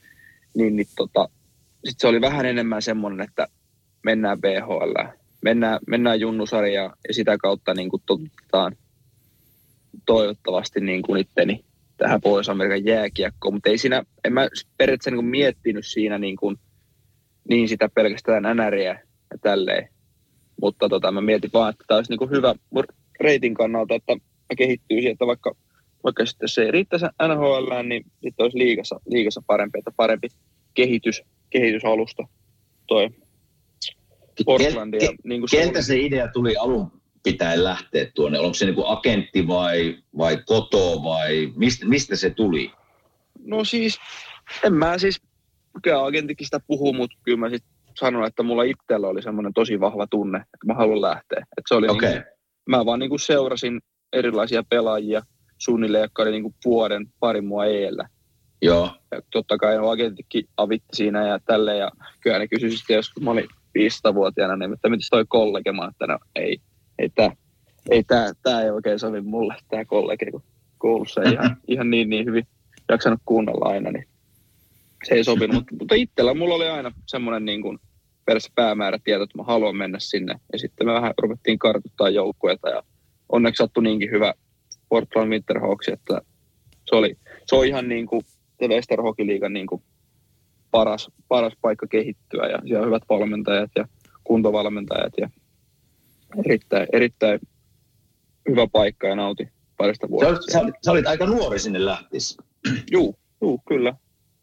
Sitten se oli vähän enemmän semmoinen, että mennään BHL, mennään junnusarjaan ja sitä kautta niin kuin totutetaan toivottavasti niin kuin itteni tähän Pohjois-Amerikan jääkiekkoon, mutta en mä periaatteessa niin kuin miettinyt siinä niin sitä pelkästään NRiä ja tälleen. Mutta mä mietin vaan, että tämä olisi niin kuin hyvä reitin kannalta, että mä kehittyisi, että vaikka sitten se ei riittäisi NHL, niin sitten olisi liigassa parempi, että parempi kehitysalusta toi Portlandia. Niin keltä se idea tuli alun pitäen lähteä tuonne? Onko se niin kuin agentti vai koto vai mistä se tuli? No siis, kyllä agenttikin sitä puhuu, mutta kyllä mä sitten sanon, että mulla itsellä oli semmoinen tosi vahva tunne, että mä haluan lähteä. Että se oli mä vaan niin kuin seurasin erilaisia pelaajia suunnilleen, jotka oli niin kuin pari mua eellä. Joo. Ja totta kai agenttikin avitti siinä ja tälleen. Ja kyllä ne kysyi sitten, jos mä olin 15-vuotiaana, niin että mitäs toi kollege? Mä että no tää ei oikein sovi mulle, tää kollege, kun koulussa ei ihan niin hyvin jaksanut kuunnella aina, niin se ei sopinut. Mutta itsellä mulla oli aina semmoinen niin kuin päämäärä tieto, että mä haluan mennä sinne. Ja sitten me vähän ruvettiin kartoittaa joukkueita ja onneksi sattui niinkin hyvä Portland Winterhawks, että se on ihan niin kuin Western Hockey Leaguean niin kuin paras paikka kehittyä ja siellä on hyvät valmentajat ja kuntovalmentajat ja erittäin hyvä paikka ja nautin parista vuodesta. Sä olit aika nuori sinne lähtis. Juu, kyllä.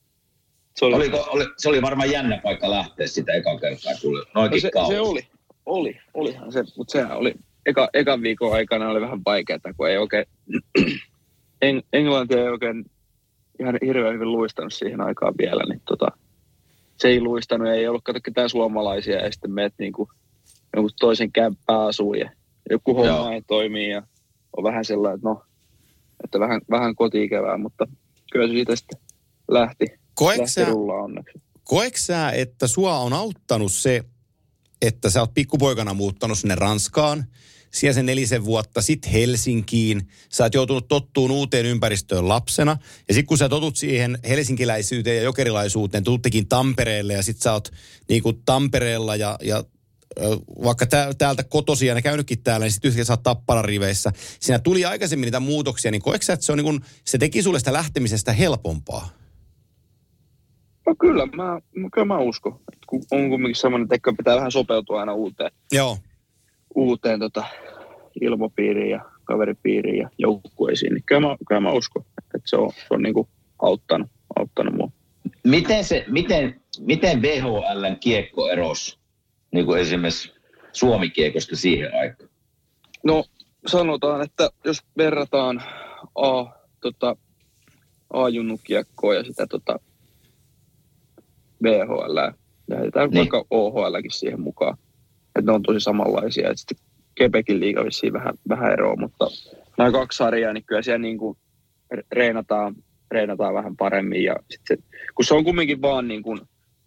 Se oli varmaan jännä paikka lähteä sitä ekan kertaa, kun noikin se olihan se, mutta sehän oli ekan viikon aikana oli vähän vaikeaa, kun ei oikein, englanti ei oikein ihan hirveän hyvin luistanut siihen aikaan vielä, niin se ei luistanut, ei ollut kato ketään suomalaisia ja sitten meet niinku jonkun toisen kämppää asuu ja joku homma ei toimii ja on vähän sellainen, että vähän koti-ikävää, mutta kyllä se siitä sitten lähti rullaa onneksi. Koetko sä, että sua on auttanut se, että sä oot pikkupoikana muuttanut sinne Ranskaan, siellä sen 4 vuotta, sit Helsinkiin, sä oot joutunut tottuun uuteen ympäristöön lapsena, ja sit kun sä totut siihen helsinkiläisyyteen ja jokerilaisuuteen, tuttekin Tampereelle, ja sit sä oot niinku Tampereella ja vaikka täältä kotosia ja käynytkin täällä, niin sit yhtäkkiä sä oot Tapparan riveissä. Siinä tuli aikaisemmin niitä muutoksia, niin koetko sä, että se teki sulle sitä lähtemisestä helpompaa? No kyllä mä uskon. Kun on kumminkin semmoinen, että pitää vähän sopeutua aina uuteen ilmapiiriin ja kaveripiiriin ja joukkueisiin. Niin kyllä mä uskon, että se on niin kuin auttanut mua. Miten VHL:n kiekko erosi niin kuin esimerkiksi Suomi-kiekosta siihen aikaan? No sanotaan, että jos verrataan A-junnukiekkoa ja sitä VHL. Ja heitetään vaikka OHLkin siihen mukaan. Että ne on tosi samanlaisia. Et sitten Quebecin liiga vissiin vähän eroa, mutta nämä 2 sarjaa, niin kyllä siellä niin kuin reenataan vähän paremmin. Ja sit kun se on kumminkin vaan niin kuin,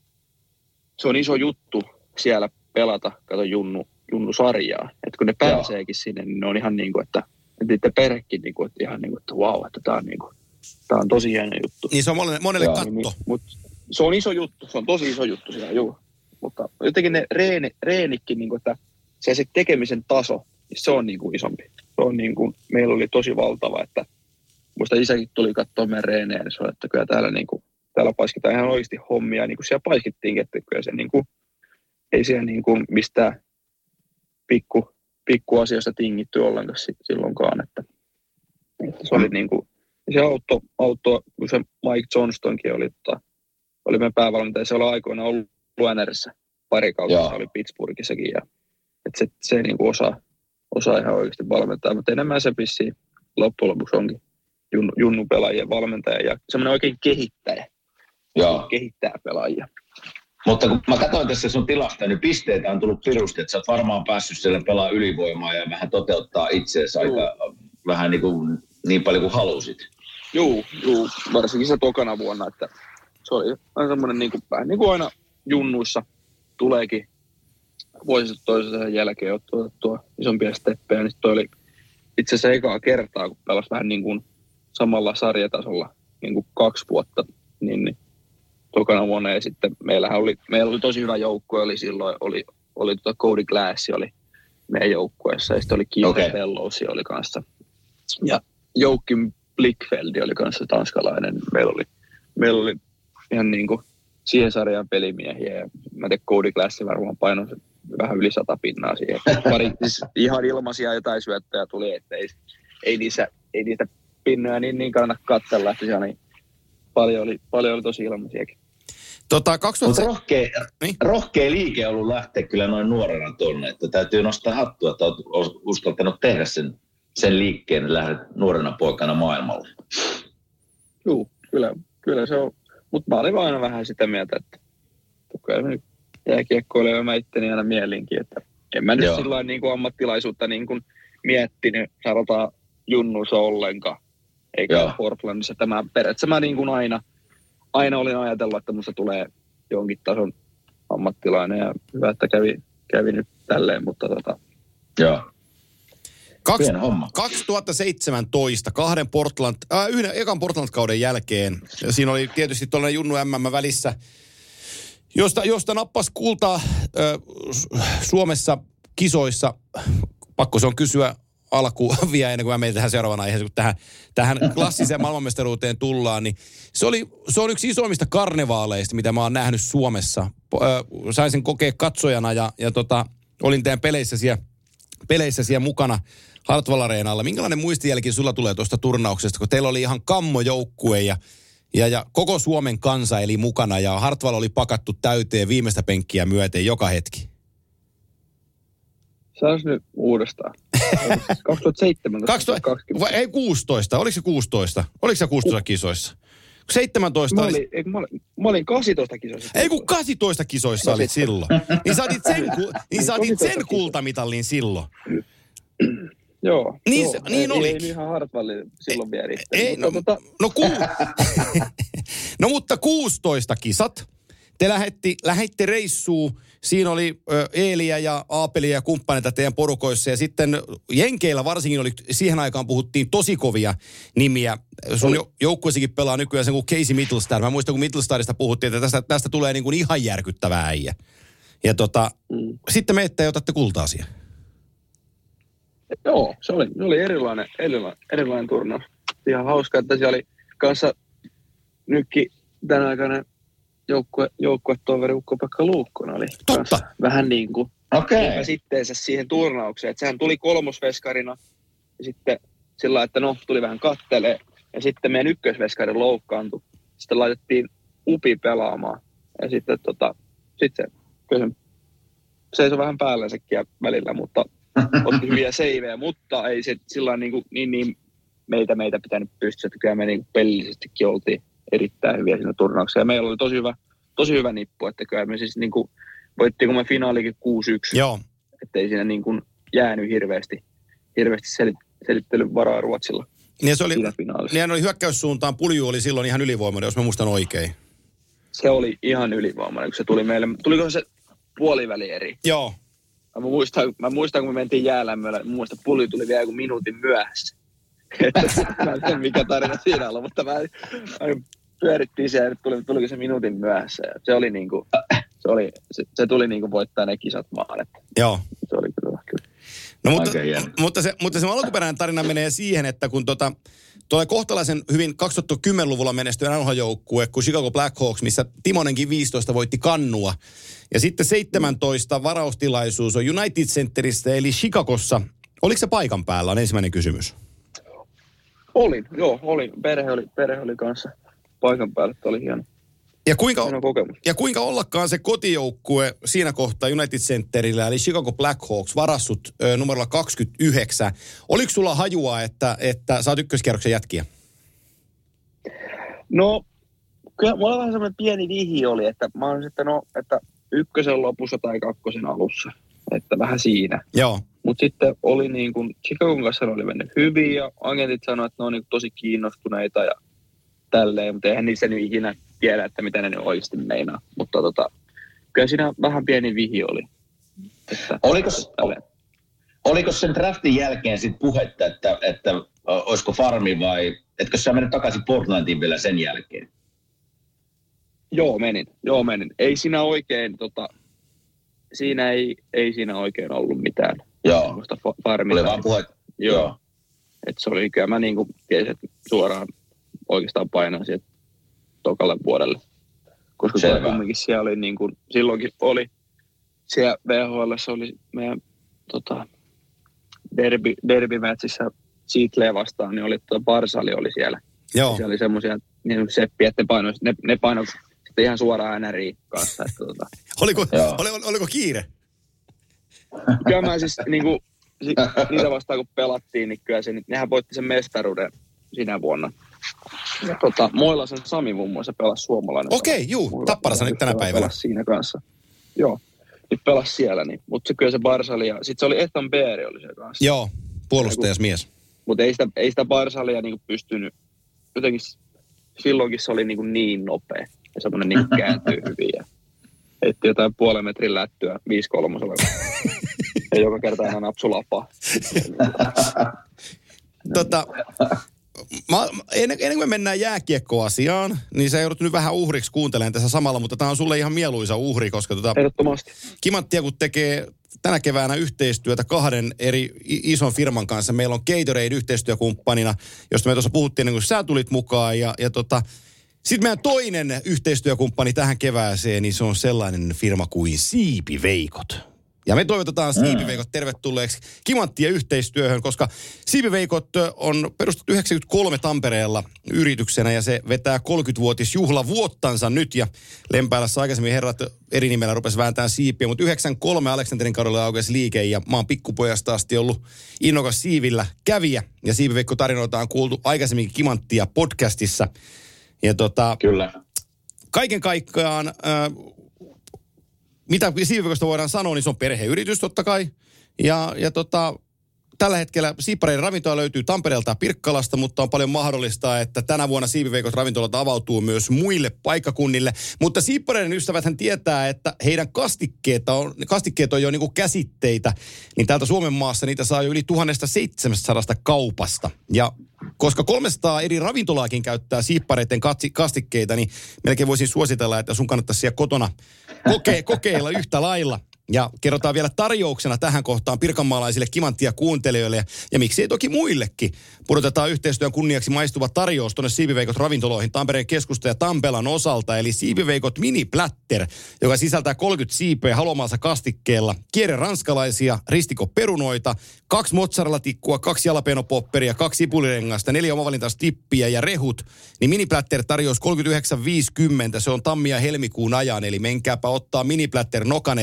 se on iso juttu siellä pelata, kato junnusarjaa. Että kun ne pääseekin sinne, niin ne on ihan niin kuin, että niiden perhekin niin kuin, että ihan niin kuin, että vau, että tämä on niin kuin, tämä on tosi hieno juttu. Niin se on monelle katto. Niin, mutta se on iso juttu, se on tosi iso juttu siellä, juu. Mutta jotenkin ne reenikin, niin kuin, että se tekemisen taso, niin se on niin kuin isompi. Se on niin kuin, meillä oli tosi valtava, että muista isäkin tuli katsoa meidän reenejä, niin se on, että kyllä täällä, niin kuin, täällä paiskitaan ihan oikeasti hommia, niin kuin siellä paiskittiinkin, että kyllä se niin kuin, ei siellä niin kuin mistään pikkuasioista tingitty ollenkaan silloinkaan, että se oli niin kuin, se auto, kun se Mike Johnstonkin oli meidän päävalmentaja, se oli aikoina ollut NRissä pari kautta, se oli Pittsburghissakin, ja että se niin kuin osaa ihan oikeasti valmentaa, mutta enemmän se vissiin loppujen lopuksi onkin junnupelaajien valmentaja ja semmoinen oikein kehittäjä. Joo. Kehittää pelaajia. Mutta kun mä katsoin tässä sun tilasta, niin pisteitä on tullut pirusti, että sä oot varmaan päässyt siellä pelaa ylivoimaa ja vähän toteuttaa itseäsi aika vähän niin paljon kuin halusit. Joo, varsinkin se tokana vuonna, että se oli semmoinen niin kuin, vähän niin kuin aina junnuissa tuleekin vuosista toisensa jälkeen ottaa isompia steppejä, niin toi oli itse asiassa ekaa kertaa, kun pelasi vähän niin kuin samalla sarjatasolla niin kuin 2 vuotta, niin tokana vuonna, ja sitten meillä oli tosi hyvä joukkue, oli silloin, oli Cody Glass oli meidän joukkueessa, ja sitten oli Kiefer Bellows oli kanssa, ja Joakim Blickfeldi oli kanssa tanskalainen, meillä oli ihan niin kuin siihen sarjaan pelimiehiä, ja mä tein Cody Glass varmaan painoi vähän yli 100 pinnaa siihen. Siis ihan ilmaisia jotain syöttöjä tuli, että ei niitä pinnoja niin kannata katsella, että siellä niin paljon oli tosi ilmaisiakin. Mutta rohkea liike on ollut lähteä kyllä noin nuorena tuonne, että täytyy nostaa hattua, että olet uskaltanut tehdä sen liikkeen ja lähdet nuorena poikana maailmalle. Joo, kyllä se on. Mutta mä olin aina vähän sitä mieltä, että kyllä nyt jääkiekkoilee mä itteni aina mielinkin, että en mä nyt sillain niin kuin ammattilaisuutta niin kuin miettinyt, sanotaan junnuissa ollenkaan, eikä Portlandissa. Periaatteessa mä niin kuin aina olin ajatellut, että musta tulee jonkin tason ammattilainen ja hyvä, että kävi nyt tälleen, mutta Joo. 2017 yhden ekan Portland-kauden jälkeen, siinä oli tietysti tuollainen Junnu MM välissä, josta nappasi kultaa Suomessa kisoissa. Pakko se on kysyä alkuun vielä ennen kuin mä menen tähän seuraavaan aiheeseen, kun tähän klassiseen maailmanmestaruuteen tullaan, niin se on yksi isoimmista karnevaaleista, mitä mä oon nähnyt Suomessa. Sain sen kokea katsojana ja olin teidän peleissä siellä mukana Hartwall Areenalla. Minkälainen muistijälki sulla tulee tuosta turnauksesta, kun teillä oli ihan kammojoukkue ja koko Suomen kansa eli mukana ja Hartwall oli pakattu täyteen viimeistä penkkiä myöten joka hetki? Saas nyt uudestaan. 2017. Ei 16. Oliko se 16? Oliko se 16 kisoissa? 17 mä olin 18 kisoissa. Ei kun 18 kisoissa olit silloin. Niin sä otit sen kultamitallin silloin. Joo. Niin oli. Ei ihan Hartwallin silloin vielä riittänyt. No mutta 16 kisat. Te lähditte reissuun. Siinä oli Eeliä ja Aapelia ja kumppaneita teidän porukoissa. Ja sitten Jenkeillä varsinkin siihen aikaan puhuttiin tosi kovia nimiä. Sun joukkueesikin pelaa nykyään sen kuin Casey Mittelstadt. Mä muistan, kun Mittelstarista puhuttiin, että tästä tulee niin kuin ihan järkyttävä äijä. Ja sitten menette ja otatte kultaa siihen. Joo, se oli erilainen turnaus. Ihan hauska, että siellä oli kanssa nytkin tämän aikana joukkuetoveri Ukko-Pekka Luukkonen oli vähän niin kuin sitteensä siihen turnaukseen. Että sehän tuli kolmosveskarina ja sitten sillä että tuli vähän kattelee. Ja sitten meidän ykkösveskari loukkaantui. Sitten laitettiin UPI pelaamaan. Ja sitten kyllä se seisoi vähän päällensäkin välillä, mutta otti hyviä seivejä. Mutta ei se sillä niin meitä pitänyt pystyä, että kyllä me niin pelillisestikin oltiin erittäin hyviä siinä turnauksessa. Ja meillä oli tosi hyvä nippu, että kyllä me siis niin kuin voittiinko me finaalikin 6-1. Joo. Että ei siinä niin kuin jäänyt hirveästi selittelyn varaa Ruotsilla. Niin se oli hyökkäyssuuntaan, Pulju oli silloin ihan ylivoimainen, jos mä muistan oikein. Se oli ihan ylivoimainen, kun se tuli meille. Tuliko se puoliväli eri? Joo. Mä muistan, kun me mentiin jäälämmöllä, mun mielestä Pulju tuli vielä joku minuutin myöhässä. Mä en tiedä, mikä tarina siinä oli, mutta mä pyörittiin siellä, että tuliko se minuutin myöhässä. Ja se oli niinku, se tuli niinku voittaa ne kisat maan. Joo. Se oli kyllä. No mutta se alkuperäinen tarina menee siihen, että kun tuo kohtalaisen hyvin 2010-luvulla menestyneen NHL-joukkue, kun Chicago Blackhawks, missä Timonenkin 15 voitti kannua. Ja sitten 17 varaustilaisuus on United Centerissä, eli Chicagossa. Oliko se paikan päällä, on ensimmäinen kysymys? Olin. Perhe oli kanssa paikan päällä, että oli hieno. Ja kuinka ollakaan se kotijoukkue siinä kohtaa United Centerillä, eli Chicago Blackhawks, varassut numerolla 29. Oliko sulla hajua, että saat ykköskierroksen jätkiä? No, kyllä mulla vähän semmoinen pieni vihi oli, että mä olisin, että ykkösen lopussa tai kakkosen alussa. Että vähän siinä. Joo. Mutta sitten oli niin kuin, Chicagon kanssa oli mennyt hyvin ja agentit sanoivat, että ne on niin tosi kiinnostuneita ja tälleen, mutta eihän niissä nyt ikinä tiedä, että mitä ne nyt oikeasti meinaa. Mutta kyllä siinä vähän pieni vihi oli. Oliko sen draftin jälkeen sitten puhetta, että olisiko farmi vai etkö sä mennyt takaisin Portlandiin vielä sen jälkeen? Joo, menin. Ei siinä oikein, siinä ei siinä oikein ollut mitään. Joo. Farmia. Oli vaan puhe. Joo. Että se oli kyllä, mä niin kuin tiesin, että suoraan oikeastaan painaa sieltä tokalle vuodelle. Koska kumminkin siellä oli niin kuin, silloinkin oli siellä VHL:ssä oli meidän derby-matchissa Seattlea vastaan, niin oli Barsali oli siellä. Joo. Siellä oli semmoisia niin seppiä, että ne painoi sitten ihan suoraan NRI kanssa. Että, Oliko kiire? Kyllä mä siis niinku, niitä vastaan kun pelattiin, niin kyllä nehän voitti sen mestaruuden sinä vuonna. Ja Moilasen Sami muun muassa pelasi suomalainen. Okei, Tapparassa nyt tänä päivänä. Pelasi siinä kanssa. Joo, nyt pelasi siellä. Niin. Mutta kyllä se Barsali ja sitten se oli Ethan Beeri oli siellä kanssa. Joo, puolustajasmies. Mutta ei sitä Barsalia niinku pystynyt, jotenkin silloinkin se oli niin nopea. Ja semmoinen niinku kääntyy hyvin ja heitti jotain puolen metrin lättyä 5-3. Ja joka kerta aina napsulapaa. Ennen kuin me mennään jääkiekkoasiaan, niin sä joudut nyt vähän uhriksi kuuntelemaan tässä samalla, mutta tämä on sulle ihan mieluisa uhri, koska ehdottomasti. Kimanttia kun tekee tänä keväänä yhteistyötä 2 eri ison firman kanssa. Meillä on Gatorade yhteistyökumppanina, josta me tuossa puhuttiin ennen kuin sä tulit mukaan sitten meidän toinen yhteistyökumppani tähän kevääseen, niin se on sellainen firma kuin Siipiveikot. Ja me toivotetaan Siipiveikot tervetulleeksi Kimanttien yhteistyöhön, koska Siipiveikot on perustettu 93 Tampereella yrityksenä ja se vetää 30-vuotisjuhlavuottansa nyt. Ja Lempäälässä aikaisemmin herrat eri nimellä rupesi vääntämään siipiä, mutta 93 Aleksanterin kaudella aukesi liike ja mä oon pikkupojasta asti ollut innokas siivillä kävijä. Ja Siipiveikko-tarinoita on kuultu aikaisemminkin Kimanttia podcastissa. Ja Kyllä. Kaiken kaikkiaan, mitä Siipiveikosta voidaan sanoa, niin se on perheyritys totta kai. Ja tällä hetkellä Siippareiden ravintola löytyy Tampereelta ja Pirkkalasta, mutta on paljon mahdollista, että tänä vuonna Siipiveikot ravintolat avautuu myös muille paikkakunnille. Mutta Siippareiden ystäväthän tietää, että heidän kastikkeet on jo niin kuin käsitteitä, niin täältä Suomen maassa niitä saa jo yli 1700 kaupasta. Ja koska 300 eri ravintolaakin käyttää Siippareiden kastikkeita, niin melkein voisin suositella, että sun kannattaisi siellä kotona kokeilla yhtä lailla. Ja kerrotaan vielä tarjouksena tähän kohtaan pirkanmaalaisille Kimanttia kuuntelijoille ja miksei toki muillekin. Pudotetaan yhteistyön kunniaksi maistuva tarjous tuonne Siipiveikot ravintoloihin Tampereen keskusta ja Tampelan osalta. Eli Siipiveikot mini platter, joka sisältää 30 siipeä haluamansa kastikkeella, kierre ranskalaisia, ristikoperunoita, 2 mozzarella-tikkua, 2 jalapeno-popperia, 2 sipulirengasta, 4 omavalintaista tippiä ja rehut. Niin mini platter tarjous 39,50. Se on tammi- ja helmikuun ajan, eli menkääpä ottaa mini platter nokan eteen ja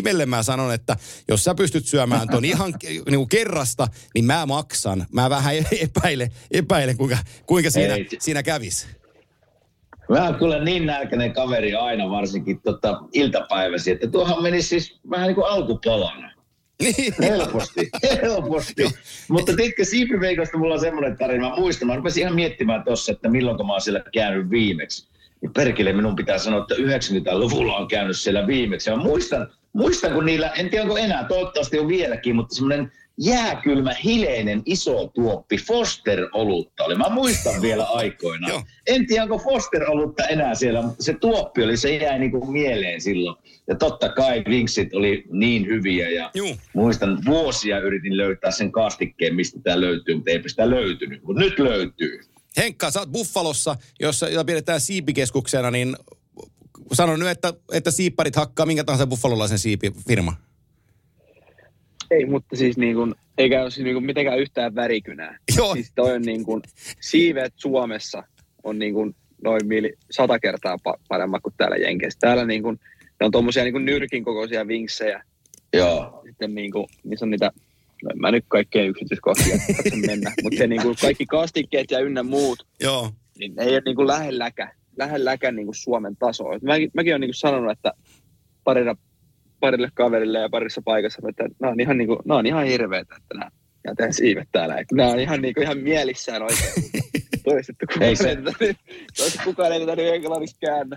Kimelle mä sanon, että jos sä pystyt syömään ton ihan niin kuin kerrasta, niin mä maksan. Mä vähän epäilen kuinka siinä kävisi. Mä oon kyllä niin nälkäinen kaveri aina, varsinkin iltapäiväsi, että tuohan meni siis vähän niin kuin alkupalana. Niin. Helposti. Mutta tiedätkö, siipiveikosta mulla on semmoinen tarina. Mä rupesin ihan miettimään tossa, että milloin mä oon siellä käynyt viimeksi. Niin perkele, minun pitää sanoa, että 90-luvulla on käynyt siellä viimeksi. Ja muistan, kun niillä, en tiedä onko enää, toivottavasti on vieläkin, mutta semmoinen jääkylmä, hileinen, iso tuoppi Foster-olutta oli. Mä muistan vielä aikoinaan. En tiedä, onko Foster-olutta enää siellä, mutta se tuoppi oli, se jäi niin kuin mieleen silloin. Ja totta kai vinksit oli niin hyviä ja muistan, vuosia yritin löytää sen kastikkeen, mistä tämä löytyy, mutta eipä sitä löytynyt. Mutta nyt löytyy. Henkka, sä oot Buffalossa, jossa pidetään siipikeskuksena, niin sanon nyt, että siipparit hakkaa minkä tahansa buffalolaisen siipifirma. Ei, mutta siis niin kuin, eikä ole siis niin kuin mitenkään yhtään värikynää. Joo. Siis toi on niin kuin, siivet Suomessa on niin kuin noin 100 kertaa paremmat kuin täällä Jenkeissä. Täällä niin kuin, ne on tommosia niin kuin nyrkin kokoisia vinksejä. Joo. Sitten niin kuin, niissä on niitä, mä nyt kaikkeen yksityiskohtia katson mennä, mutta se niin kuin kaikki kastikkeet ja ynnä muut, Joo. Niin ei ole niin kuin lähelläkään niin kuin Suomen tasoa. Mäkin olen niin kuin sanonut, että parille kaverille ja parissa paikassa, että nämä on ihan hirveetä, että nämä tehdään siivet täällä. Että nämä on ihan mielissään oikein. Toiset, kukaan ei tätä nyt englanniksi käännä.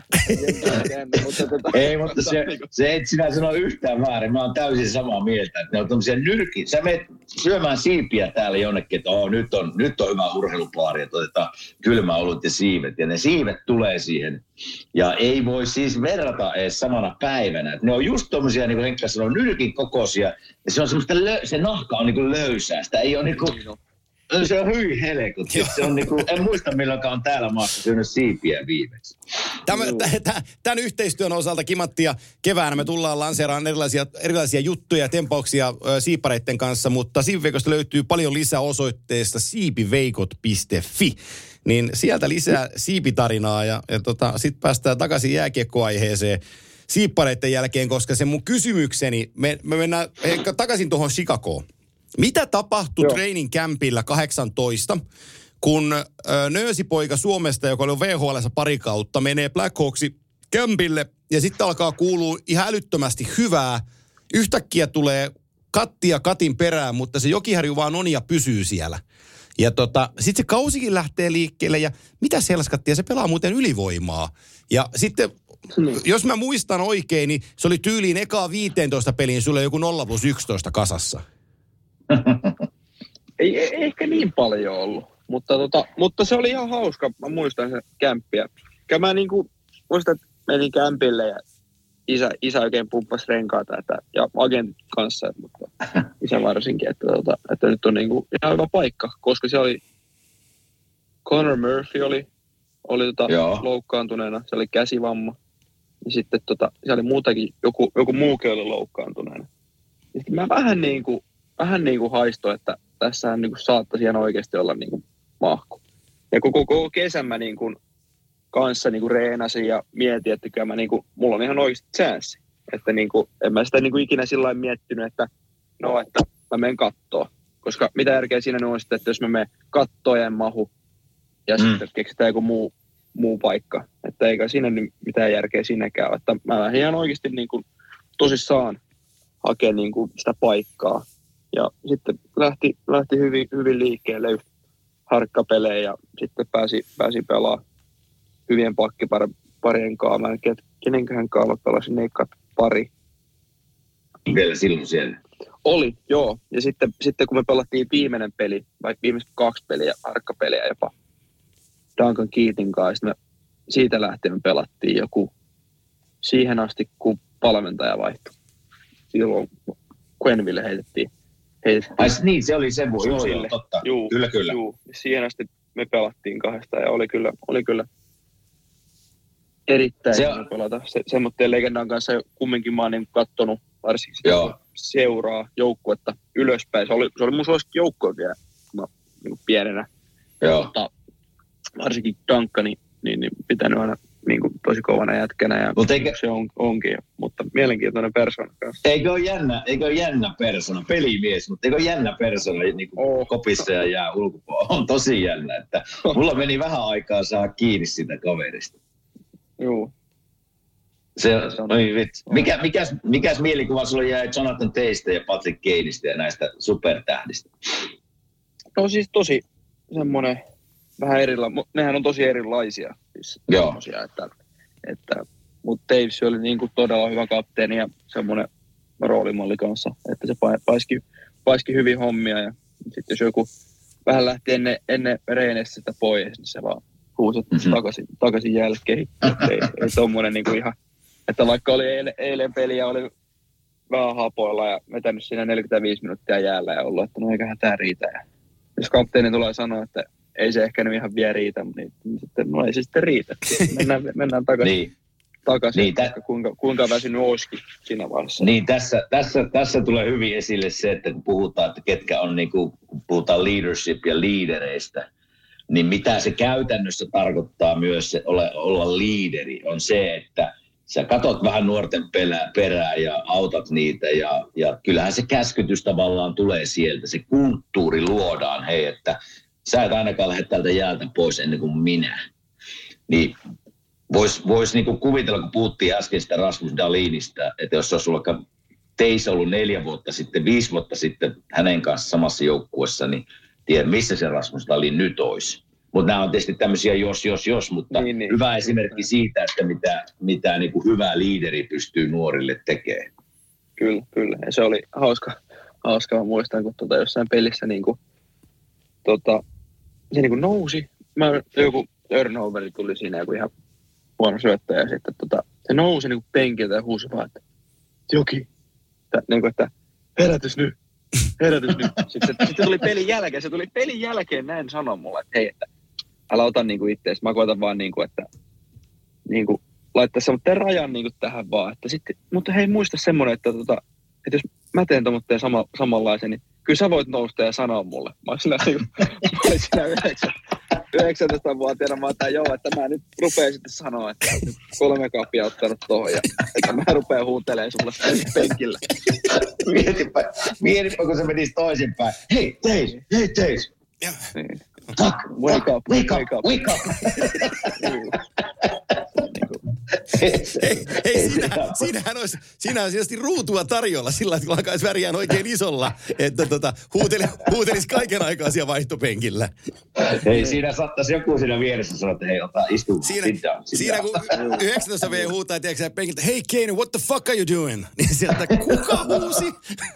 Ei, mutta se et sinä sano yhtään väärin. Mä oon täysin samaa mieltä, että ne on tommosia nyrkiä. Sä menet syömään siipiä täällä jonnekin, että nyt on hyvä urheilupaari, että otetaan kylmä olut ja siivet. Ja ne siivet tulee siihen. Ja ei voi siis verrata edes samana päivänä. Ne on just tommosia, niin kuin Henkka sanoi, nyrkin kokoisia. Ja se on semmoista, se nahka on niin kuin löysää. Sitä ei ole niin kuin... Se on hyi helekut. Se on niinku, en muista milloinkaan täällä maassa syönyt siipiä viimeksi. Tämän yhteistyön osalta Kimattia keväänä me tullaan lanseeraan erilaisia juttuja ja tempauksia siipareiden kanssa, mutta Siipiveikosta löytyy paljon lisää osoitteesta siipiveikot.fi. Niin sieltä lisää siipitarinaa ja sitten päästään takaisin jääkiekkoaiheeseen siippareiden jälkeen, koska se mun kysymykseni, me mennään takaisin tuohon Chicagoon. Mitä tapahtui training campillä 18, kun nöösipoika Suomesta, joka oli VHL:ssä pari kautta, menee Black Hawksin campille ja sitten alkaa kuulua ihan älyttömästi hyvää. Yhtäkkiä tulee kattia katin perään, mutta se Jokiharju vaan on ja pysyy siellä. Ja sitten se kausikin lähtee liikkeelle ja mitä selskattiin, se pelaa muuten ylivoimaa. Ja sitten, jos mä muistan oikein, niin se oli tyyliin ekaa 15 peliin, sulla oli joku 0+11 kasassa. Ei ehkä niin paljon ollut, mutta se oli ihan hauska. Mä muistan sen kämppiä. Mä niinku muistan, että menin kämpille ja isä oikein pumppasi renkaata ja agentit kanssa, mutta isä varsinkin, että nyt on niinku ihan hyvä paikka, koska se oli Connor Murphy oli loukkaantuneena, se oli käsivamma ja sitten se oli muutakin, joku muukin oli loukkaantuneena. Ja sitten mä vähän niin kuin haisto, että tässähän niin kuin saattaisi ihan oikeasti olla niin kuin mahku. Ja koko kesän mä niin kuin kanssa niin kuin reenasin ja mietin, että kyllä mä niin kuin, mulla on ihan oikeasti chanssi. Että niin kuin, en mä sitä niin kuin ikinä sillä lailla miettinyt, että mä menen kattoo. Koska mitä järkeä siinä on sitten, että jos mä menen kattoo ja en mahu ja sitten keksitään joku muu paikka. Että eikä siinä mitään järkeä siinäkään. Että mä lähdin ihan oikeasti niin kuin tosissaan hakea niin kuin sitä paikkaa. Ja sitten lähti hyvin liikkeelle just harkkapelejä ja sitten pääsi pelaamaan hyvien pakkiparien kanssa. Mä en tiedä, kenenköhän kanssa pelasin Neikkat pari. Vielä silloin siellä? Oli, joo. Ja sitten kun me pelattiin viimeinen peli, vaikka viimeiset 2 peliä, harkkapelejä jopa Duncan Keatin kanssa, me siitä lähtien me pelattiin joku siihen asti, kun valmentaja vaihtui. Silloin Quenneville heitettiin. Ai niin, se oli se vuosi. Joo, totta. Juu, kyllä. Juu. Siihen asti me pelattiin 2 ja oli kyllä erittäin hyvä pelata. Semmoinen legendan kanssa kumminkin mä oon niin katsonut varsinkin sitä seuraa joukkuetta ylöspäin. Se oli mun suosikki joukkue vielä, kun mä niin pienenä. Joo. Mutta varsinkin Duncani niin pitänyt aina niin kuin tosi kovana jätkänä ja se onkin, mutta mielenkiintoinen persona kanssa. Eikö ole jännä persona, pelimies, mutta eikö ole jännä persona niin kuin kopissa ja jää ulkopuolella? On tosi jännä, että mulla meni vähän aikaa saada kiinni siitä kaverista. Joo. Mikäs mielikuva sulla jäi Jonathan Taystä ja Patrick Kaneista ja näistä supertähdistä? No siis tosi semmoinen vähän nehän on tosi erilaisia. Siis mutta Taves oli niin kuin todella hyvä kapteeni ja semmoinen roolimalli kanssa, että se paiski hyvin hommia ja sitten jos joku vähän lähti ennen reenessä sitä pois, niin se vaan huusi takaisin jälkeen. Ei tommoinen niin kuin ihan, että vaikka oli eilen peli ja oli vähän hapoilla ja vetänyt siinä 45 minuuttia jäällä ja ollut, että no eiköhän tää riitä. Ja jos kapteeni tulee sanoa, että ei se ehkä nyt ihan vielä riitä, niin sitten, no ei se sitten riitä. Mennään takaisin. Niin, kuinka väsynyt olisikin siinä vaiheessa. Niin, tässä tulee hyvin esille se, että kun puhutaan, että ketkä on, niin kun puhutaan leadership ja liidereistä, niin mitä se käytännössä tarkoittaa myös se olla liideri, on se, että sä katot vähän nuorten perään ja autat niitä ja kyllähän se käskytys tavallaan tulee sieltä, se kulttuuri luodaan, hei, että sä et ainakaan lähde täältä jäältä pois ennen kuin minä. Niin vois niinku kuvitella, kun puhuttiin äsken sitä Rasmus Dahlinista, että jos se olisi vaikka Tays ollut 4 vuotta sitten, 5 vuotta sitten hänen kanssa samassa joukkuessa, niin tiedän, missä se Rasmus Dahlin nyt olisi. Mutta nämä on tietysti tämmöisiä jos, mutta niin. Hyvä esimerkki siitä, että mitä niinku hyvä liideri pystyy nuorille tekemään. Kyllä. Ja se oli hauska. Mä muistan, kun jossain pelissä se nousi. Joku turnoveri tuli siinä joku ihan huono syöttäjä ja sitten se nousi niinku penkiltä ja huusi vaan, että Joki, että herätys nyt. Sitten tuli pelin jälkeen näin sanoa mulle, että hei, että älä ota niinku ittees. Mä koitan vaan että laittaa semmoinen rajan tähän vaan, että sitten, mutta hei muista semmoinen, että jos mä teen tommoitteen samanlaisen, niin kyllä sä voit nousta ja sanoa mulle. Mä olin siinä 19-vuotiaana, mä otan että mä nyt rupean sitten sanoa, että 3 kappia ottanut tohon ja että mä rupean huutelemaan sulle penkillä. Mietipä, kun se menisi toisinpäin. Hei, Tays. Niin. Wake up. Hei, siinähän olisi ruutua tarjolla sillä, että kun alkaisi värjään oikein isolla, että huutelisi kaiken aikaa siellä vaihtopenkillä. Hei, siinä saattaisi joku siinä vieressä sanoa, että hei, istu. Siinä kun 19 V huutaa, tiedätkö penkiltä, hei Kane, what the fuck are you doing? Niin sieltä, kuka huusi?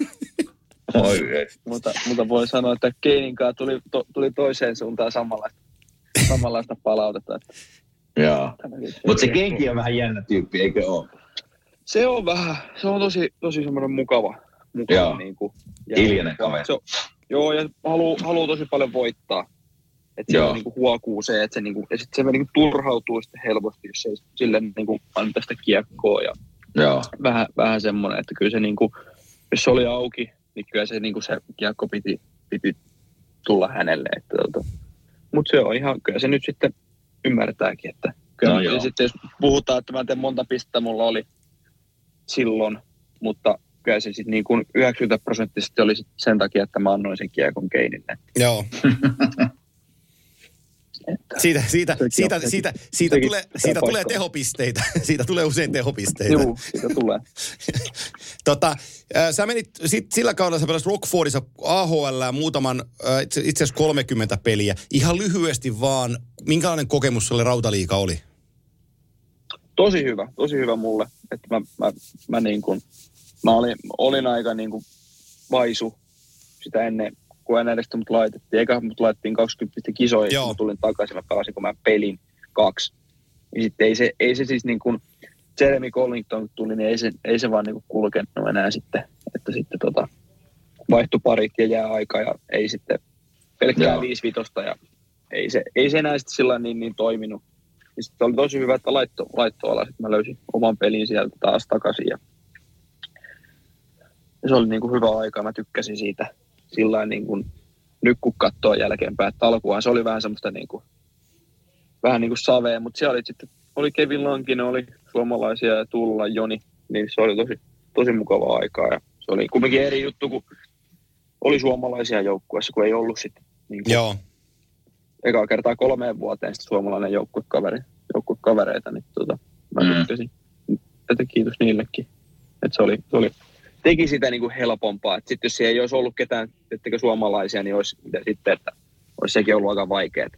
Mutta voi sanoa, että Kanein kanssa tuli toiseen suuntaan samanlaista palautetta. Joo. Mutta se Kanekin on vähän jännä tyyppi, eikö ole? Se on tosi semmoinen mukava niinku. Hiljainen kaveri. Joo, ja haluaa tosi paljon voittaa. Että se niinku huokuu se, että se niinku, ja sitten se niinku turhautuu sitten helposti, jos se sille niinku antaa sitä kiekkoa ja vähän semmoinen, että kyllä se niinku, jos se oli auki, niin kyllä se, niinku se kiekko piti tulla hänelle. Mutta se on ihan, kyllä se nyt sitten ymmärtääkin, että kyllä. Ja sitten jos puhutaan, että mä teen monta pistettä mulla oli silloin, mutta kyllä se sitten niin kuin 90% oli sen takia, että mä annoin sen kiekon Kaneille. Joo. Siitä tulee tehopisteitä. Siitä tulee usein tehopisteitä. Joo, siitä tulee. Sä menit sillä kaudella, sä pelasit Rockfordissa AHL muutaman, itse asiassa 30 peliä. Ihan lyhyesti vaan, minkälainen kokemus sulle Rautaliiga oli? Tosi hyvä mulle. Että mä olin aika niin kuin vaisu sitä ennen, kun ennen edes mut laitettiin. Eikä mut laitettiin 20 kisoja, ja tulin takaisin, mä pelasin, kun mä pelin 2. Ja sitten ei se siis niin kuin Jeremy Collington tuli, niin ei se vaan niin kuin kulkenut enää sitten. Että sitten vaihtui parit ja jää aikaa ja ei sitten pelkkää 5-5 ja ei se enää sitten sillä niin toiminut. Ja sitten oli tosi hyvä, että laitto alas, että mä löysin oman pelin sieltä taas takaisin ja se oli niin kuin hyvä aika, mä tykkäsin siitä sillä niin kuin nyt kun katsoo jälkeenpäin, että alkuaan se oli vähän semmoista niin kuin, vähän niin kuin savea, mutta siellä oli sitten oli Kevin Lankinen, oli suomalaisia ja Tulla Joni, niin se oli tosi mukavaa aikaa. Ja se oli kumminkin eri juttu, kun oli suomalaisia joukkueessa, kun ei ollut sitten niin Joo. ekaa kertaa 3 vuoteen sitten suomalainen joukkuekavereita, niin mä tykkäsin. Että kiitos niillekin. Että se oli teki sitä niin kuin helpompaa. Että sitten jos siellä ei olisi ollut ketään, etteikö suomalaisia, niin olisi sitten, että olisi sekin ollut aika vaikeaa.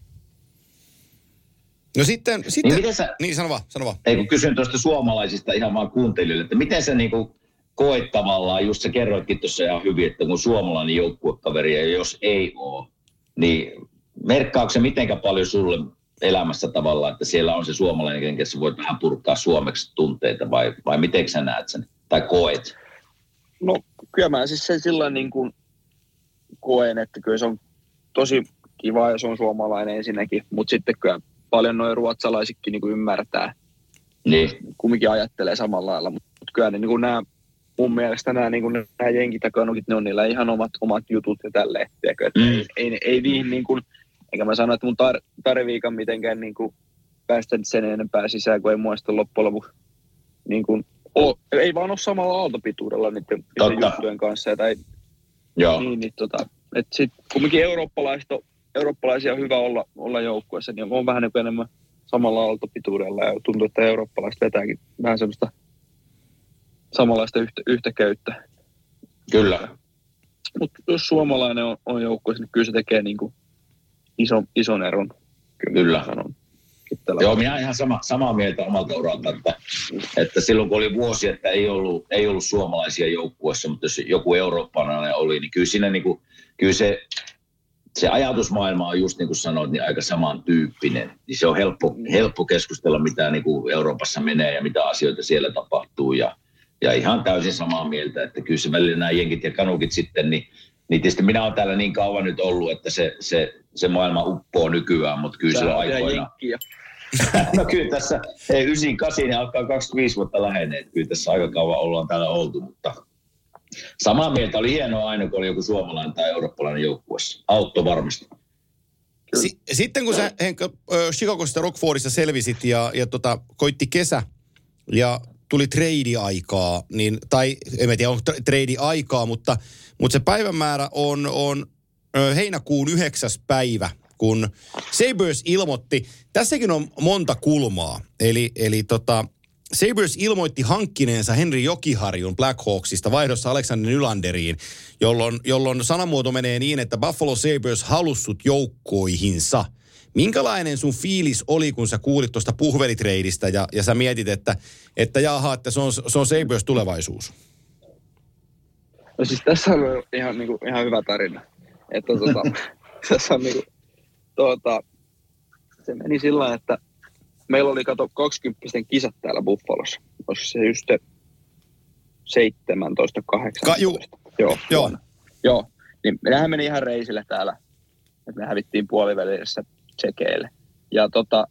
No sitten niin sano vaan. Ei kun kysyn tuosta suomalaisista ihan vaan kuuntelijoille, että miten sä niinku koet tavallaan, just sä kerroitkin tuossa ihan hyvin, että kun suomalainen joukkuekaveri ja jos ei ole, niin merkkaako se mitenkä paljon sulle elämässä tavallaan, että siellä on se suomalainen, kenkä sä voit vähän purkaa suomeksi tunteita vai miten sä näet sen tai koet? No kyllä mä siis sen sillä niin kuin koen, että kyllä se on tosi kiva ja se on suomalainen ensinnäkin, mutta sitten kyllä paljon noin ruotsalaisitkin niin kuin ymmärtää, niin. Kumminkin ajattelee samalla lailla, mutta kyllä ne, niin kuin nämä, mun mielestä nämä jenkit ja kanukit, ne on niillä ihan omat jutut ja tälleen, että ei niihin niin kuin, eikä mä sano, että mun tarviikaan mitenkään niin kuin päästä sen enempää sisään, kun ei muista loppujen lopuksi niin kuin, ei vaan ole samalla aaltopituudella niiden juttujen kanssa, tai että sitten kumminkin eurooppalaisia on hyvä olla joukkueessa, niin on vähän enemmän samalla aaltopituudella ja tuntuu, että eurooppalaiset vetääkin vähän semmoista samanlaista yhtäköyttä. Kyllä. Mutta jos suomalainen on joukkueessa, niin kyllä se tekee niinku ison eron. Kyllä. Joo, minä ihan samaa mieltä omalta uralta, että silloin kun oli vuosi, että ei ollut suomalaisia joukkueessa, mutta jos joku eurooppalainen oli, niin kyllä siinä niinku, kyllä se ajatusmaailma on just niin kuin sanoit, niin aika samantyyppinen. Niin se on helppo keskustella, mitä niin kuin Euroopassa menee ja mitä asioita siellä tapahtuu. Ja ihan täysin samaa mieltä, että kyllä se välillä nämä jenkit ja kanukit sitten, niin tietysti minä olen täällä niin kauan nyt ollut, että se maailma uppoo nykyään, mutta kyllä se on aikoina. No kyllä tässä 98 niin alkaa 25 vuotta lähenee, kyllä tässä aika kauan ollaan täällä oltu, mutta samaa mieltä oli hienoa aina, kun oli joku suomalainen tai eurooppalainen joukkueessa. Auttoi varmasti. Sitten kun sä, Henkka, Chicagosta Rockfordissa selvisit ja koitti kesä ja tuli trade-aikaa, niin, tai en tiedä onko trade-aikaa, mutta se päivämäärä on heinäkuun 9. päivä, kun Sabres ilmoitti, tässäkin on monta kulmaa, eli Sabres ilmoitti hankkineensa Henri Jokiharjun Blackhawksista vaihdossa Alexander Nylanderiin, jolloin sanamuoto menee niin, että Buffalo Sabres halussut joukkoihinsa. Minkälainen sun fiilis oli, kun sä kuulit tuosta puhvelitreidistä ja sä mietit, että jaha, että se on Sabres tulevaisuus? No siis tässä on ihan hyvä tarina. Että tässä on se meni sillä lailla, että meillä oli 20 kisat täällä Buffalossa. Olisiko se just 17, 18? Joo. Niin mehän meni ihan reisille täällä. Me hävittiin puolivälissä tsekeille. Ja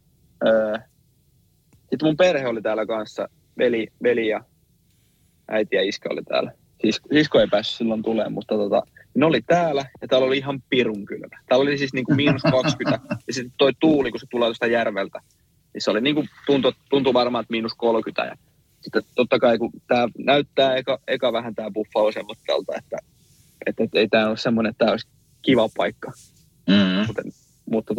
sitten mun perhe oli täällä kanssa. Veli ja äiti ja iskä oli täällä. Sisko ei päässyt silloin tulemaan, mutta ne oli täällä ja täällä oli ihan pirun kylmä. Täällä oli siis niinku -20 ja sitten toi tuuli, kun se tulee tuosta järveltä. Niin se oli niinku, tuntui varmaan, että -30. Ja sitten totta kai, kun tää näyttää eka vähän tää Buffalo semmoittelta, että ei tää ole semmoinen, että tää olisi kiva paikka. Mm-hmm. Mutta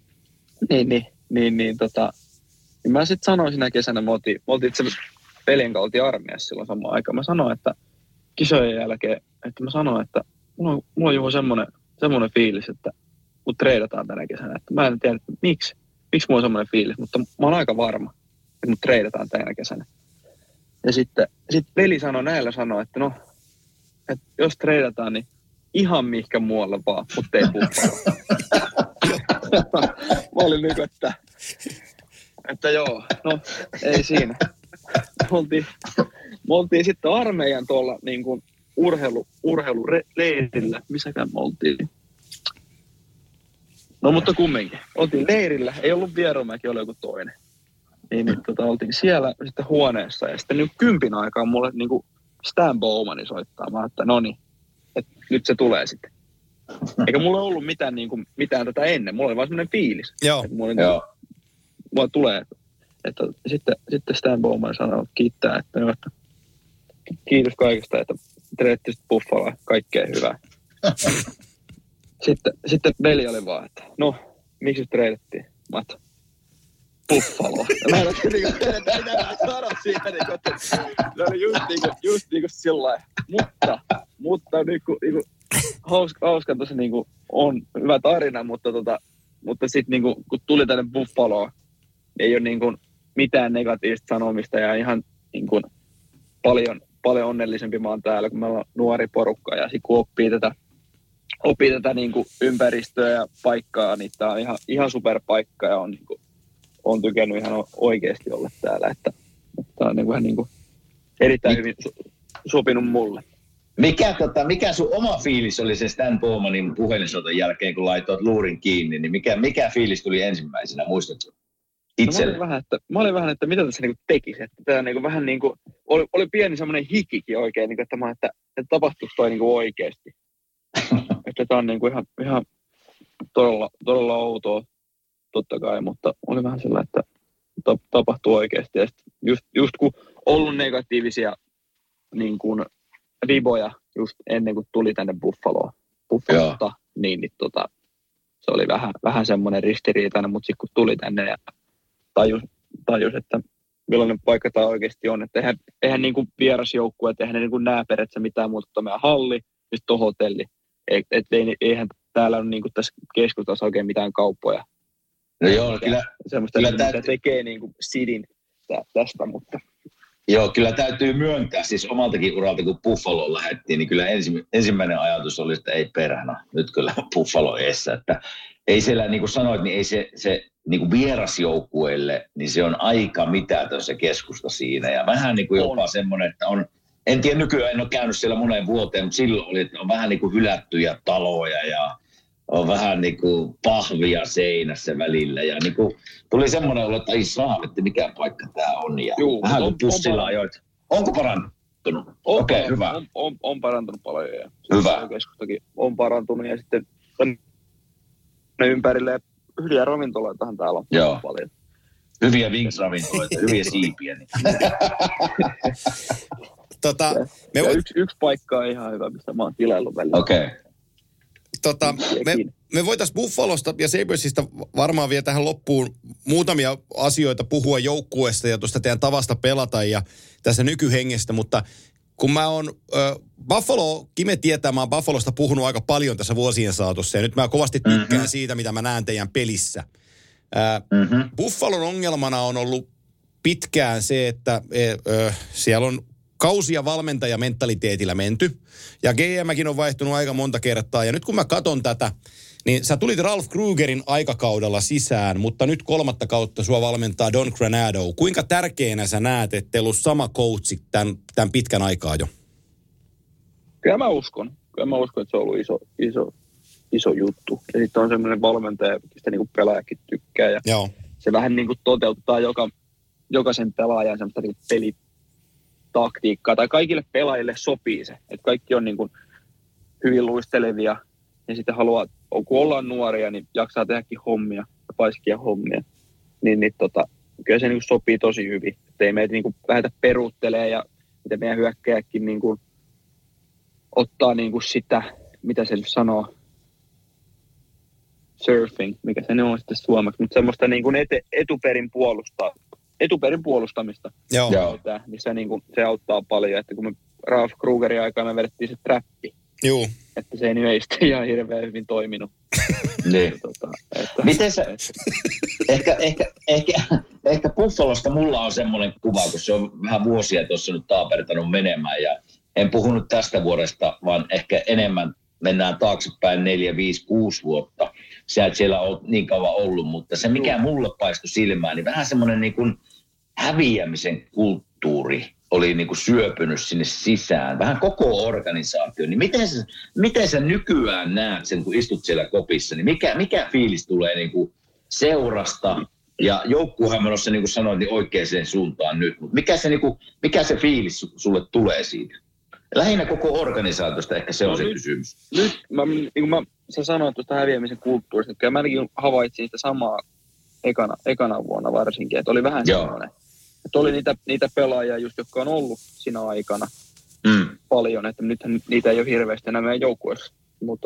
niin mä sitten sanoin siinä kesänä, me oltiin itse veljen kanssa oltiin armeijassa silloin samaan aikaan. Mä sanoin, että kisojen jälkeen, että mulla on juuri semmoinen fiilis, että mut treidataan tänä kesänä. Että mä en tiedä, että miksi mulla on semmoinen fiilis, mutta mä oon aika varma, että mut treidataan tänä kesänä. Ja sitten veli sanoi, että no, että jos treidataan, niin ihan mihkä muualle vaan, mutta ei Buffalo. Mä olin niin kuin, että joo, no ei siinä. Me oltiin sitten armeijan tuolla niin kuin urheiluleirillä. Missäkään me oltiin? No mutta kumminkin. Oltiin leirillä. Ei ollut Vierumäki, oli joku toinen. Niin oltiin siellä sitten huoneessa. Ja sitten nyt 10 aikaan mulle niin kuin Stan Bowmani soittaa. Mä että no niin, että nyt se tulee sitten. Eikä mulla ollut mitään tätä ennen. Mulla oli vaan semmoinen fiilis. Joo. Mulla tulee. Sitten Stan Bowman sanoi kiittää, että kiitos kaikesta, että treettiin Buffaloa, kaikkea hyvää. Sitten veli oli vaan, että no, miksi treidettiin? Mä oon, Buffalo. Mä en ole mitä mä sanon siitä, että se oli just niinku sillain. Mutta niinku hauska tossa niinku on hyvä tarina, mutta sitten niinku kun tuli tänne Buffaloon, ei ole niinku mitään negatiivista sanomista ja ihan niinku paljon onnellisempi mä oon täällä, kun meillä on nuori porukka ja sit kun oppii tätä niinku ympäristöä ja paikkaa, niin tää on ihan superpaikka ja on tykännyt ihan oikeasti olla täällä, että tää on niinku erittäin hyvin sopinut mulle. Mikä sun oma fiilis oli se Stan Bowmanin puhelinsoiton jälkeen, kun laitoit luurin kiinni, niin mikä fiilis tuli ensimmäisenä, muistatko itselle? Mä olin vähän, että mitä tässä niinku tekisi, että tää niinku vähän niinku, oli pieni semmoinen hikikin oikein, niinku, että tapahtuisi toi niinku oikeasti. Että tää on niinku ihan todella outoa, totta kai, mutta oli vähän sellainen, että tapahtuu oikeasti. Ja just kun ollut negatiivisia niin kuin viboja just ennen kuin tuli tänne Buffalosta, niin se oli vähän semmoinen ristiriitainen, mutta sitten kun tuli tänne ja tajus, että millainen paikka tämä oikeasti on, että eihän niin kuin vierasjoukkueet, eihän ne niin kuin näe periaatteessa mitään muuta kuin meidän halli, just tuon hotelli. Eihän täällä ole niin kuin tässä keskustassa oikein mitään kauppoja. No joo, semmoista, mitä tekee niin kuin sidin tästä, mutta... Joo, kyllä täytyy myöntää, siis omaltakin uralta, kun Buffaloon lähdettiin, niin kyllä ensimmäinen ajatus oli, että ei perhana, nyt kyllä Buffalo eessä, että ei siellä, niin kuin sanoit, niin ei se niin kuin vierasjoukkueelle, niin se on aika mitätön se keskusta siinä, ja vähän niin kuin jopa semmoinen, että on, en tiedä, nykyään en ole käynyt siellä moneen vuoteen, mutta silloin oli, että on vähän niin kuin hylättyjä taloja, ja on vähän niin kuin pahvia seinässä välillä, ja niin kuin tuli semmoinen olo, että ei saa, että mikä paikka tämä on, ja juu, vähän kuin pussilla ajoit. Onko parantunut? Okei, hyvä. On parantunut paljon, ja hyvä. Keskustakin on parantunut, ja sitten ne ympärille hyviä ravintoloitahan täällä on paljon. Hyviä Wings-ravintoloita, hyviä siipiä. Niin. Yksi paikka on ihan hyvä, mistä mä oon tilaillut välillä. Okei. Me voitaisiin Buffalosta ja Sabresista varmaan vielä tähän loppuun muutamia asioita puhua joukkueesta ja tuosta teidän tavasta pelata ja tässä nykyhengestä, mutta kun mä oon Kime tietää, mä oon Buffalosta puhunut aika paljon tässä vuosien saatossa ja nyt mä kovasti tykkään siitä, mitä mä näen teidän pelissä. Buffalon ongelmana on ollut pitkään se, että siellä on kausia valmentajamentaliteetillä menty. Ja GM:kin on vaihtunut aika monta kertaa. Ja nyt kun mä katon tätä, niin sä tulit Ralph Krugerin aikakaudella sisään, mutta nyt 3. kautta sua valmentaa Don Granato. Kuinka tärkeänä sä näet, että teillä on sama coachi tämän pitkän aikaa jo? Kyllä mä uskon, että se on ollut iso juttu. Ja sitten on semmoinen valmentaja, mistä niinku pelaajakin tykkää. Ja se vähän niinku toteuttaa jokaisen pelaajan semmoista niinku pelitaktiikkaa. Tai kaikille pelaajille sopii se. Että kaikki on niinku hyvin luistelevia. Ja sitten kun ollaan nuoria, niin jaksaa tehdäkin hommia ja paiskia hommia. Kyllä se niinku sopii tosi hyvin. Että ei meitä niinku lähdetä peruuttelemaan ja mitä meidän hyökkääjäkin niinku ottaa niinku sitä, mitä se nyt sanoo, surfing, mikä se on sitten suomeksi, mutta semmoista niin kuin etuperin puolustamista. Joo. Niin se, niin kuin, se auttaa paljon, että kun me Ralph Krugerin aikana me vedettiin se trappi, että se ei sitten ihan hirveän hyvin toiminut. Niin. Miten sä, ehkä Buffalosta mulla on semmoinen kuva, kun se on vähän vuosia tuossa nyt taapertanut menemään ja en puhunut tästä vuodesta, vaan ehkä enemmän mennään taaksepäin 4, 5, 6 vuotta. Sä et siellä ole niin kauan ollut, mutta se mikä mulle paistui silmään, niin vähän semmoinen niin kuin häviämisen kulttuuri oli niin kuin syöpynyt sinne sisään. Vähän koko organisaatio. Niin miten sä nykyään näet sen, kun istut siellä kopissa, niin mikä fiilis tulee niin kuin seurasta? Ja joukkuehan menossa, niin kuin sanoit, niin oikeaan suuntaan nyt. Mutta mikä se fiilis sulle tulee siitä? Lähinnä koko organisaatiosta ehkä se on se kysymys. Nyt sä sanoit tuosta häviämisen kulttuurista, kyllä mä ainakin havaitsin sitä ekana vuonna varsinkin, että oli vähän semmoinen. Että oli niitä pelaajia just, jotka on ollut siinä aikana paljon, että nythän niitä ei ole hirveästi enää meidän joukkueessa, mutta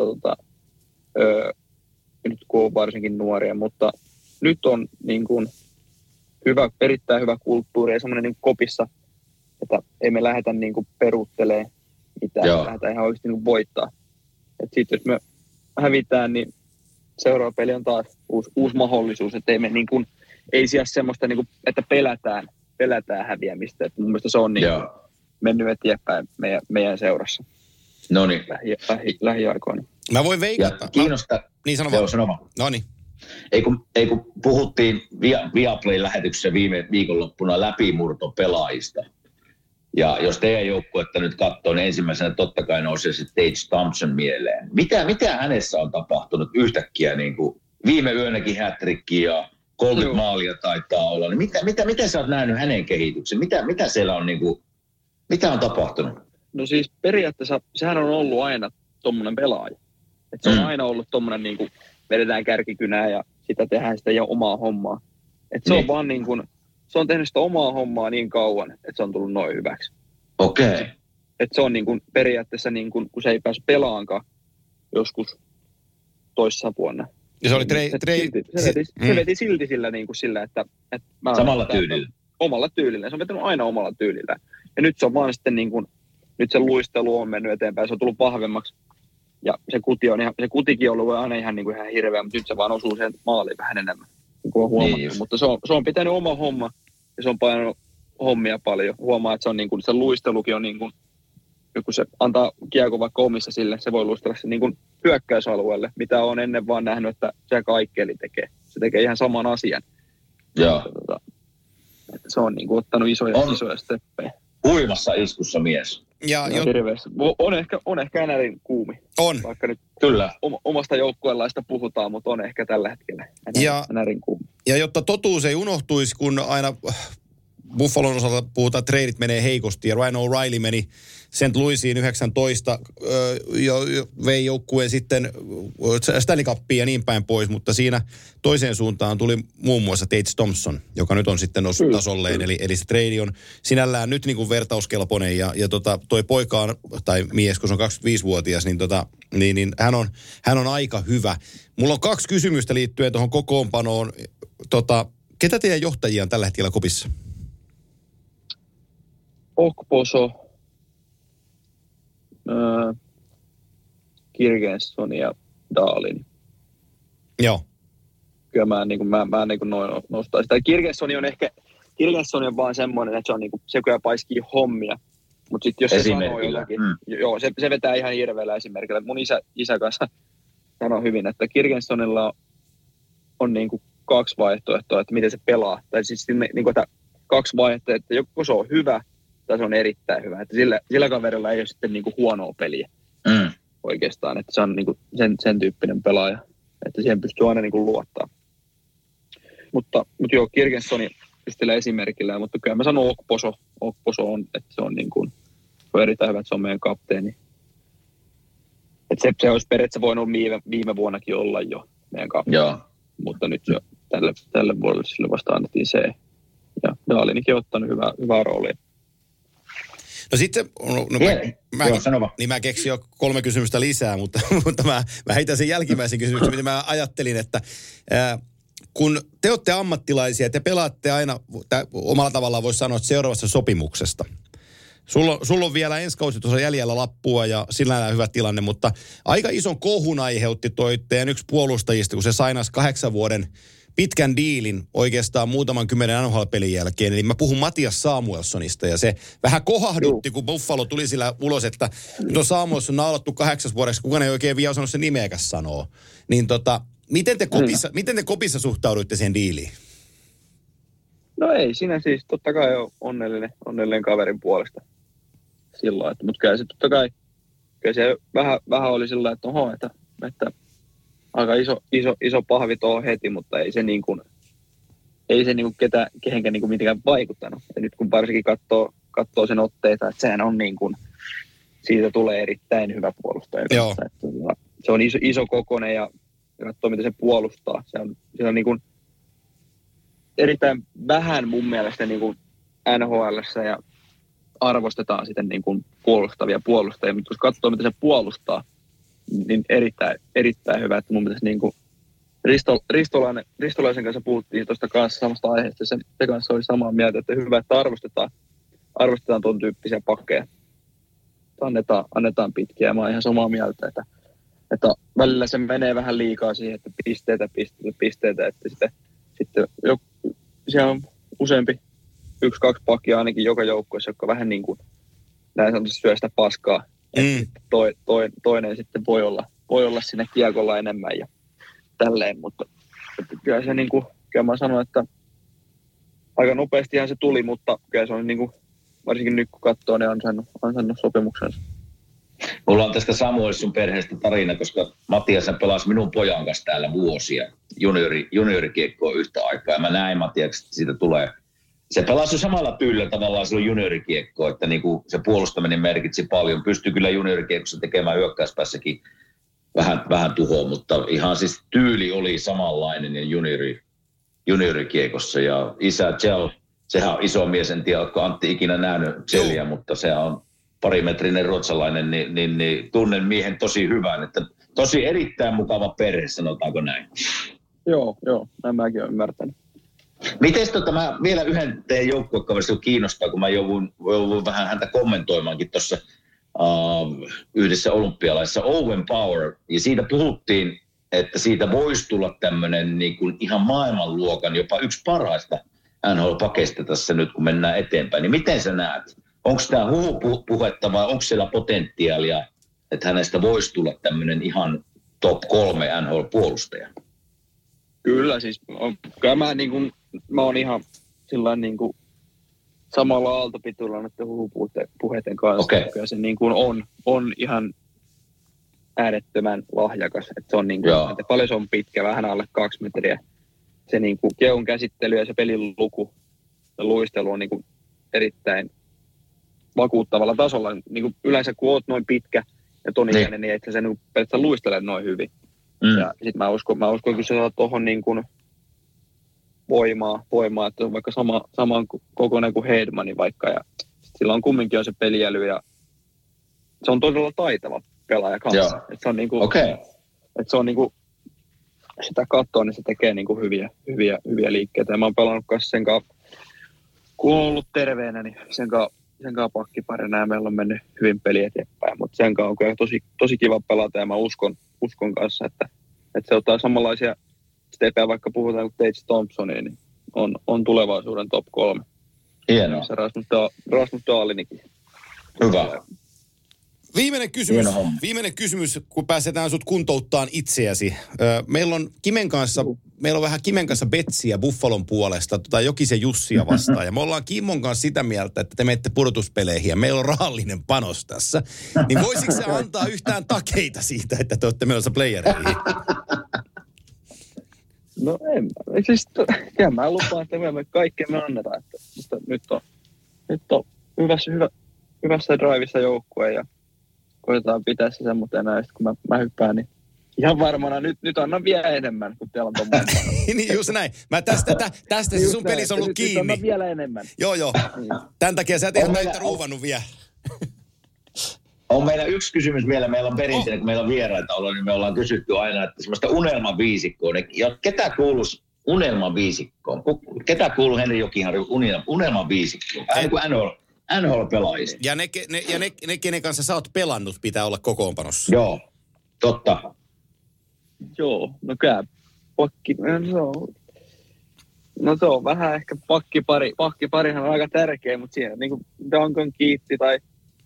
nyt kun on varsinkin nuoria, mutta nyt on niin kuin erittäin hyvä kulttuuri ja semmoinen niin kopissa, että ei me lähdetä niin kuin peruuttelemaan mitään, me lähdetään ihan oikeasti niin kuin voittaa. Että sitten jos me hävitään, niin seuraava peli on taas uusi mahdollisuus, että ei me niin kuin, ei siellä semmoista, niin kuin, että pelätään häviämistä. Että mun mielestä se on niin kuin mennyt eteenpäin meidän seurassa. No niin. Lähiaikoina. Mä voin veikata. Niin sano vaan. No niin. Ei kun puhuttiin Viaplay-lähetyksessä viime viikonloppuna läpimurtopelaajista. Ja jos teidän joukkuetta nyt katsoo, niin ensimmäisenä totta kai nousee se Tage Thompson mieleen. Mitä hänessä on tapahtunut yhtäkkiä? Niin kuin viime yönäkin hat-trickki ja 30 maalia taitaa olla. Niin mitä sä oot nähnyt hänen kehityksen? Mitä siellä on, niin kuin, mitä on tapahtunut? No siis periaatteessa sehän on ollut aina tommonen pelaaja. Että se on aina ollut tommonen niin kuin vedetään kärkikynää ja sitä tehdään sitä ja omaa hommaa. Että se on vaan niin kuin, se on tehnyt sitä omaa hommaa niin kauan, että se on tullut noin hyväksi. Okei. Että se on niin kuin periaatteessa niin kuin, kun se ei päässyt pelaankaan joskus toissa vuonna. Ja se oli se veti silti sillä, niin kuin sillä että samalla tyylillä. Omalla tyylillä. Se on vetänyt aina omalla tyylillä. Ja nyt se on vaan sitten niin kuin, nyt se luistelu on mennyt eteenpäin. Se on tullut vahvemmaksi. Ja se kutikin on ollut aina ihan, niin kuin ihan hirveä, mutta nyt se vaan osuu sen maaliin vähän enemmän. Niin kuin on huomattu. Niin mutta se on pitänyt oma homma ja se on painanut hommia paljon. Huomaa, että se on niin kuin, se luistelukin on niin kuin, kun se antaa kiekko vaikka omissa sille, se voi luistella se niin kuin hyökkäysalueelle, mitä on ennen vaan nähnyt, että se kaikkeli tekee. Se tekee ihan saman asian. Joo. Että se on niin kuin ottanut isoja steppejä. Huimassa iskussa mies. On ehkä NRin kuumi. On. Vaikka nyt kyllä omasta joukkueenlaista puhutaan, mutta on ehkä tällä hetkellä NRin kuumi. Ja jotta totuus ei unohtuisi, kun aina Buffalon osalta puhutaan, että treidit menee heikosti ja Ryan O'Reilly meni St. Louisiin 19 ja vei joukkueen sitten Stanley Cupiin ja niin päin pois, mutta siinä toiseen suuntaan tuli muun muassa Tage Thompson, joka nyt on sitten noussut tasolleen, eli se treidi on sinällään nyt niin kuin vertauskelpoinen ja toi poika on, tai mies, kun se on 25-vuotias, niin hän on aika hyvä. Mulla on 2 kysymystä liittyen tuohon kokoonpanoon. Ketä teidän johtajia on tällä hetkellä kopissa? Okposo, Kirgensson ja Dahlin. Joo. Kyllä mä noin nostaisin. Tai Kirgensson on vaan semmoinen, että se on niin kuin, se kyllä paiskii hommia. Mutta sitten jos se sanoo jotakin, se vetää ihan hirveällä esimerkillä. Mun isä kanssa sanoo hyvin, että Kirgenssonilla on niin kuin 2 vaihtoehtoa, että miten se pelaa. Tai siis niin kuin, että 2 vaihtoehtoa, että joko se on hyvä, tai se on erittäin hyvä. Että sillä kaverilla ei ole sitten niin kuin huonoa peliä oikeastaan. Että se on niin kuin sen tyyppinen pelaaja, että siihen pystyy aina niin kuin luottaa. Mutta joo, Kirgenssoni pystyy esimerkillä, mutta kyllä mä sanon Okposo on, että se on, niin kuin, se on erittäin hyvä, että se on meidän kapteeni. Että se olisi periaatteessa voinut viime vuonnakin olla jo meidän kapteeni. Joo. Mutta nyt jo tälle vuodelle sille vasta annettiin se. Ja Dahlinikin on ottanut hyvää roolia. No sitten, mä keksin jo 3 kysymystä lisää, mutta mä heitän sen jälkimmäisen kysymyksen, mitä mä ajattelin, että kun te olette ammattilaisia, te pelaatte aina, omalla tavallaan voisi sanoa, että seuraavassa sopimuksesta. Sulla on vielä ensi kausi tuossa jäljellä lappua ja sillä hyvä tilanne, mutta aika ison kohun aiheutti toi teidän yksi puolustajista, kun se sainasi 8 vuoden pitkän diilin oikeastaan muutaman 10 NHL-pelin jälkeen. Eli mä puhun Matias Samuelssonista ja se vähän kohahdutti, kun Buffalo tuli sillä ulos, että nyt on Samuelsson naalattu 8 vuodeksi, kukaan ei oikein vielä osannut se nimeäkäs sanoa. Niin miten te kopissa suhtauduitte siihen diiliin? No ei, siinä siis totta kai on onnellinen kaverin puolesta silloin, mutta kyllä se totta kai, kyllä se vähän oli sillä, että että aika iso pahvi tuohon heti, mutta ei se niin kuin kehenkään niin kuin mitenkään vaikuttanut. Ja nyt kun varsinkin katsoo sen otteita, että sehän on niin kuin, siitä tulee erittäin hyvä puolustaja. Se on iso kokoinen ja katsoo, miten se puolustaa. Se on niin kuin, erittäin vähän mun mielestä niin kuin NHL:ssä ja arvostetaan sitten niin kuin puolustavia puolustajia, mutta jos katsoo, mitä se puolustaa, niin erittäin hyvä, että mun pitäisi niin kuin Ristolaisen kanssa puhuttiin tuosta kanssa samasta aiheesta, se kanssa oli samaa mieltä, että hyvä, että arvostetaan tuon tyyppisiä pakkeja. Annetaan pitkiä, ja mä oon ihan samaa mieltä, että välillä se menee vähän liikaa siihen, että pisteitä, että sitten siellä on useampi 1-2 pakkia ainakin joka joukkueessa, jotka vähän niin kuin näin sanotusti syö sitä paskaa. Toinen sitten voi olla siinä kiekolla enemmän ja tälleen, mutta kyllä se niin kuin, kyllä mä sanoin, että aika nopeastihan se tuli, mutta kyllä se on niin kuin, varsinkin nyt kun katsoo, niin ansainnut sopimuksensa. Mulla on tästä Samuel sun perheestä tarina, koska Matias pelasi minun pojan kanssa täällä vuosia juniorikiekkoa yhtä aikaa. Ja mä näin Matias, että siitä tulee. Se pelasi samalla tyylillä tavallaan silloin juniorikiekkoa, että niinku se puolustaminen merkitsi paljon. Pystyy kyllä juniorikiekossa tekemään hyökkäyspäässäkin vähän tuhoa, mutta ihan siis tyyli oli samanlainen ja juniorikiekossa. Ja isä Gel, sehän on iso mies, en tiedä, oletko Antti ikinä nähnyt Geliä, mutta se on parimetrinen ruotsalainen, niin tunnen miehen tosi hyvän, että tosi erittäin mukava perhe, sanotaanko näin. Joo, näin mäkin olen ymmärtänyt. Miten mä vielä yhden teidän joukkuekaverista kiinnostaa, kun mä jouduin vähän häntä kommentoimaankin tuossa yhdessä olympialaisessa Owen Power, ja siitä puhuttiin, että siitä voisi tulla tämmöinen niin kuin ihan maailmanluokan, jopa yksi parhaista NHL-pakeista tässä nyt, kun mennään eteenpäin. Niin miten sä näet? Onko tämä huhupuhetta vai onko siellä potentiaalia, että hänestä voisi tulla tämmöinen ihan top 3 NHL-puolustaja? Kyllä siis, kyllä mä oon ihan sillain niin kuin samalla aaltopituilla näiden huhupuheiden kanssa. Okay. Kyllä se niin kuin on ihan äärettömän lahjakas. Että se on niin kuin, että paljon se on pitkä, vähän alle 2 metriä. Se niin kuin keun käsittely ja se pelin luku ja luistelu on niin kuin erittäin vakuuttavalla tasolla. Niin kuin yleensä kun oot noin pitkä ja tonikäinen, niin et sä niin kuin luistele noin hyvin. Ja sit mä uskon, kun se saa tuohon niin kuin voimaa, että on vaikka saman kokoinen kuin Hedmanin vaikka, ja sillä on kumminkin on se peliäly, ja se on todella taitava pelaaja kanssa. Että se on niin kuin, että se on niin kuin, sitä katsoo, niin se tekee niin kuin hyviä liikkeitä. Ja mä oon pelannut kanssa sen kanssa, kun on ollut terveenä, niin sen kanssa pakkiparina, ja meillä on mennyt hyvin peli eteenpäin. Mutta sen kanssa on kyllä tosi kiva pelata, ja mä uskon kanssa, että se ottaa samanlaisia stepeä, vaikka puhutaan kuin Tage Thompsoniin, niin on tulevaisuuden top 3. Hienoa. Se Rasmus Dahlinikin. Hyvä. Viimeinen kysymys, kun pääsetään sut kuntouttaan itseäsi. Meillä on vähän Kimen kanssa betsiä Buffalon puolesta, Jokisen Jussia vastaan. Ja me ollaan Kimmon kanssa sitä mieltä, että te menette pudotuspeleihin ja meillä on rahallinen panos tässä. Niin voisiko se antaa yhtään takeita siitä, että te olette menossa playereihin? No en. Siis kyllä mä lupaan, että me kaikkea me annetaan. Mutta nyt on hyvässä drivissa joukkue ja koetaan pitää se semmoitena, ja sitten kun mä hyppään, niin ihan varmana nyt annan vielä enemmän, kun teillä on tuommoinen panos. Niin just näin. Tästä se sun pelissä on ollut kiinni. Nyt annan vielä enemmän. Joo. Niin. Tämän takia sä et ihan näitä ruuvannut vielä. On meillä yksi kysymys vielä. Meillä on perinteinen, kun meillä on vieraita ollut, niin me ollaan kysytty aina, että semmoista unelmaviisikkoa. Ketä kuuluisi unelmaviisikkoon? Ketä kuuluu Henri Jokiharju unelmaviisikkoon? Niin kuin NHL-pelaajista. Ja ne, kenen kanssa sä oot pelannut, pitää olla kokoonpanossa. Joo, totta. Joo, no kyllä pakki, no se on vähän ehkä pakkipari. Pakkiparihan on aika tärkeä, mutta siinä niin kuin Duncan Keith tai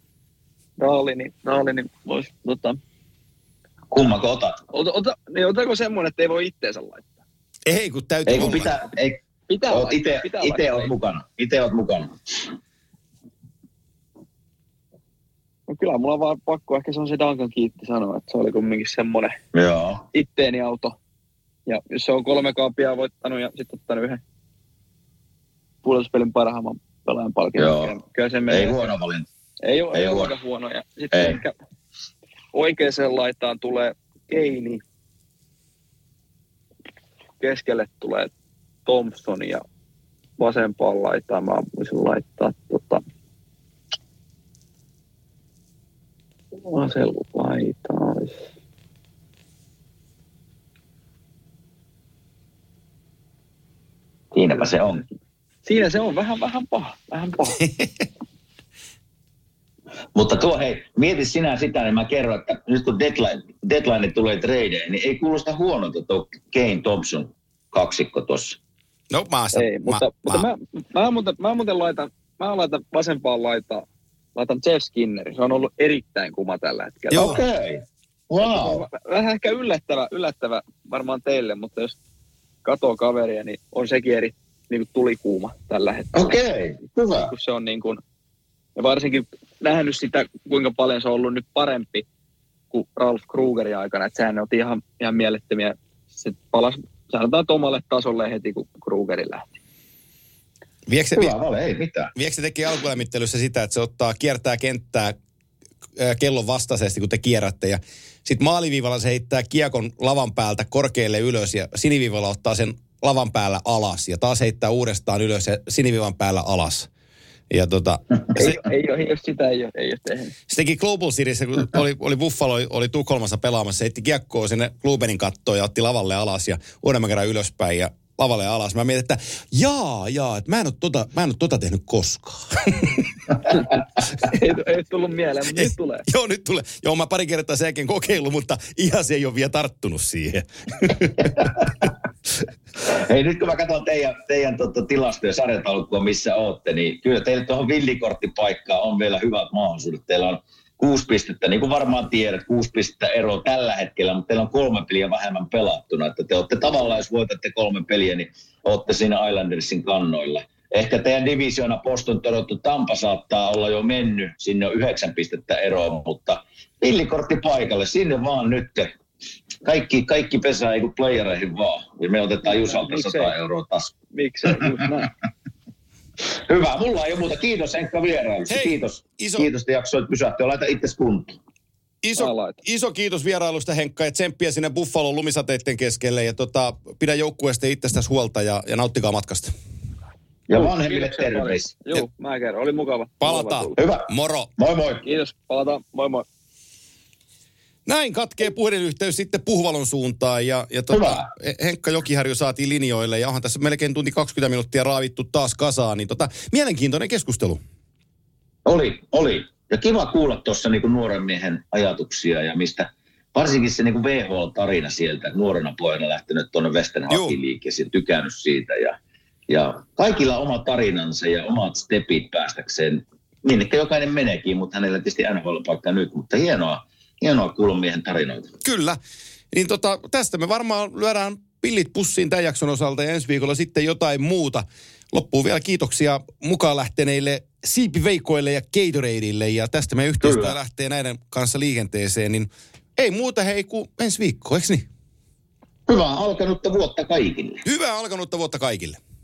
Dahlin voisi Kummanko otat? Otako semmoinen, että ei voi itteensä laittaa? Ei, kun täytyy pitää Itse oot mukana. No kyllä mulla on vaan pakko, ehkä se on se Duncan Keith sanoa, että se oli kumminkin semmoinen itteeni auto. Ja jos se on 3 kaapia voittanut ja sitten ottanut yhden puolustuspelin pelaajan palkinnon. Kyllä se menee. Ei huono valinta. Ei ole huono. Ja sitten ehkä oikeaan laitaan tulee Keini. Keskelle tulee Thompson ja vasempaan laitaan. Mä voisin laittaa vasen laitaan. Siinäpä se on. Siinä se on vähän paha. Mutta hei, mieti sinä sitä, niin mä kerron, että nyt kun deadline tulee tradeen, niin ei kuulosta huonolta tuo Kane Thompson kaksikko tuossa. No ei, mutta mä muuten laitan vasempaan laitan Jeff Skinnerin. Se on ollut erittäin kuma tällä hetkellä. Okei. Wow. Vähän ehkä yllättävä varmaan teille, mutta jos katoo kaveria, niin on sekin niin kuin tulikuuma tällä hetkellä. Okei, hyvä. Kun se on niin kuin, ja varsinkin nähnyt sitä, kuinka paljon se on ollut nyt parempi kuin Ralph Krugerin aikana. Että sehän on ihan mielettömiä. Se palasi, sanotaan, omalle tasolle heti, kun Krugeri lähti. Viekö se teki alkulämmittelyssä sitä, että se kiertää kenttää kellon vastaisesti, kun te kierrätte. Ja sitten maaliviivalla se heittää kiekon lavan päältä korkealle ylös ja siniviivalla ottaa sen lavan päällä alas. Ja taas heittää uudestaan ylös ja siniviivan päällä alas. Ja ei ole tehnyt. Se teki Global Seriesissä, kun oli Buffalo, oli Tukholmassa pelaamassa. Se heitti kiekkoa sinne Glubenin kattoon ja otti lavalle alas ja uudemman kerran ylöspäin ja lavalle alas. Mä mietin, että että mä en ole tota tehnyt koskaan. ei tullut mieleen, mutta nyt tulee. Joo, nyt tulee. Joo, mä pari kertaa sen jälkeen kokeillut, mutta ihan se ei ole vielä tarttunut siihen. Hei, nyt kun mä katson teidän tilastoja ja sarjataulukkoa, missä ootte, niin kyllä teille tuohon villikorttipaikkaan on vielä hyvät mahdollisuudet. Teillä on 6 pistettä, niin kuin varmaan tiedät, 6 pistettä eroa tällä hetkellä, mutta teillä on 3 peliä vähemmän pelattuna. Että te olette tavallaan, jos voitatte 3 peliä, niin olette siinä Islandersin kannoilla. Ehkä teidän divisioona Boston, Toronto, Tampa saattaa olla jo mennyt, sinne on 9 pistettä eroa, mutta villikortti paikalle, sinne vaan nyt. Kaikki pesää ei kuin playereihin vaan, ja me otetaan Jusalta 100 euroa taskuun. Miksei, just näin. Hyvä, mulla ei ole muuta. Kiitos Henkka vierailusta. Kiitos, että jaksoit pysähtyä. Laita itses kuntoon. Iso kiitos vierailusta Henkka ja tsemppiä sinne Buffalon lumisateiden keskelle. Ja pidä joukkueesta itsestäsi huolta ja nauttikaa matkasta. Ja vanhemmille terveisiä. Joo, mä kerron. Oli mukava. Palataan. Hyvä. Moro. Moi moi. Kiitos. Palataan. Moi moi. Näin katkee puhelinyhteys sitten Puhvalon suuntaan ja Henkka Jokiharju saatiin linjoille ja onhan tässä melkein tunti 20 minuuttia raavittu taas kasaan, niin mielenkiintoinen keskustelu. Oli. Ja kiva kuulla tuossa niinku nuoren miehen ajatuksia ja mistä, varsinkin se niinku VHL-tarina sieltä, nuorena pojana lähtenyt tuonne Western Hockey-liikkeeseen, tykännyt siitä ja kaikilla oma tarinansa ja omat stepit päästäkseen, minnekä jokainen meneekin, mutta hänellä tietysti NHL-paikka nyt, mutta hienoa kuulla miehen tarinoita. Kyllä. Niin tästä me varmaan lyödään pillit pussiin tämän jakson osalta ja ensi viikolla sitten jotain muuta. Loppuun vielä kiitoksia mukaan lähteneille siipiveikoille ja Gatoradeille ja tästä me yhteistyö lähtee näiden kanssa liikenteeseen, niin ei muuta kuin ensi viikko, eikö niin? Hyvää alkanutta vuotta kaikille. Hyvää alkanutta vuotta kaikille.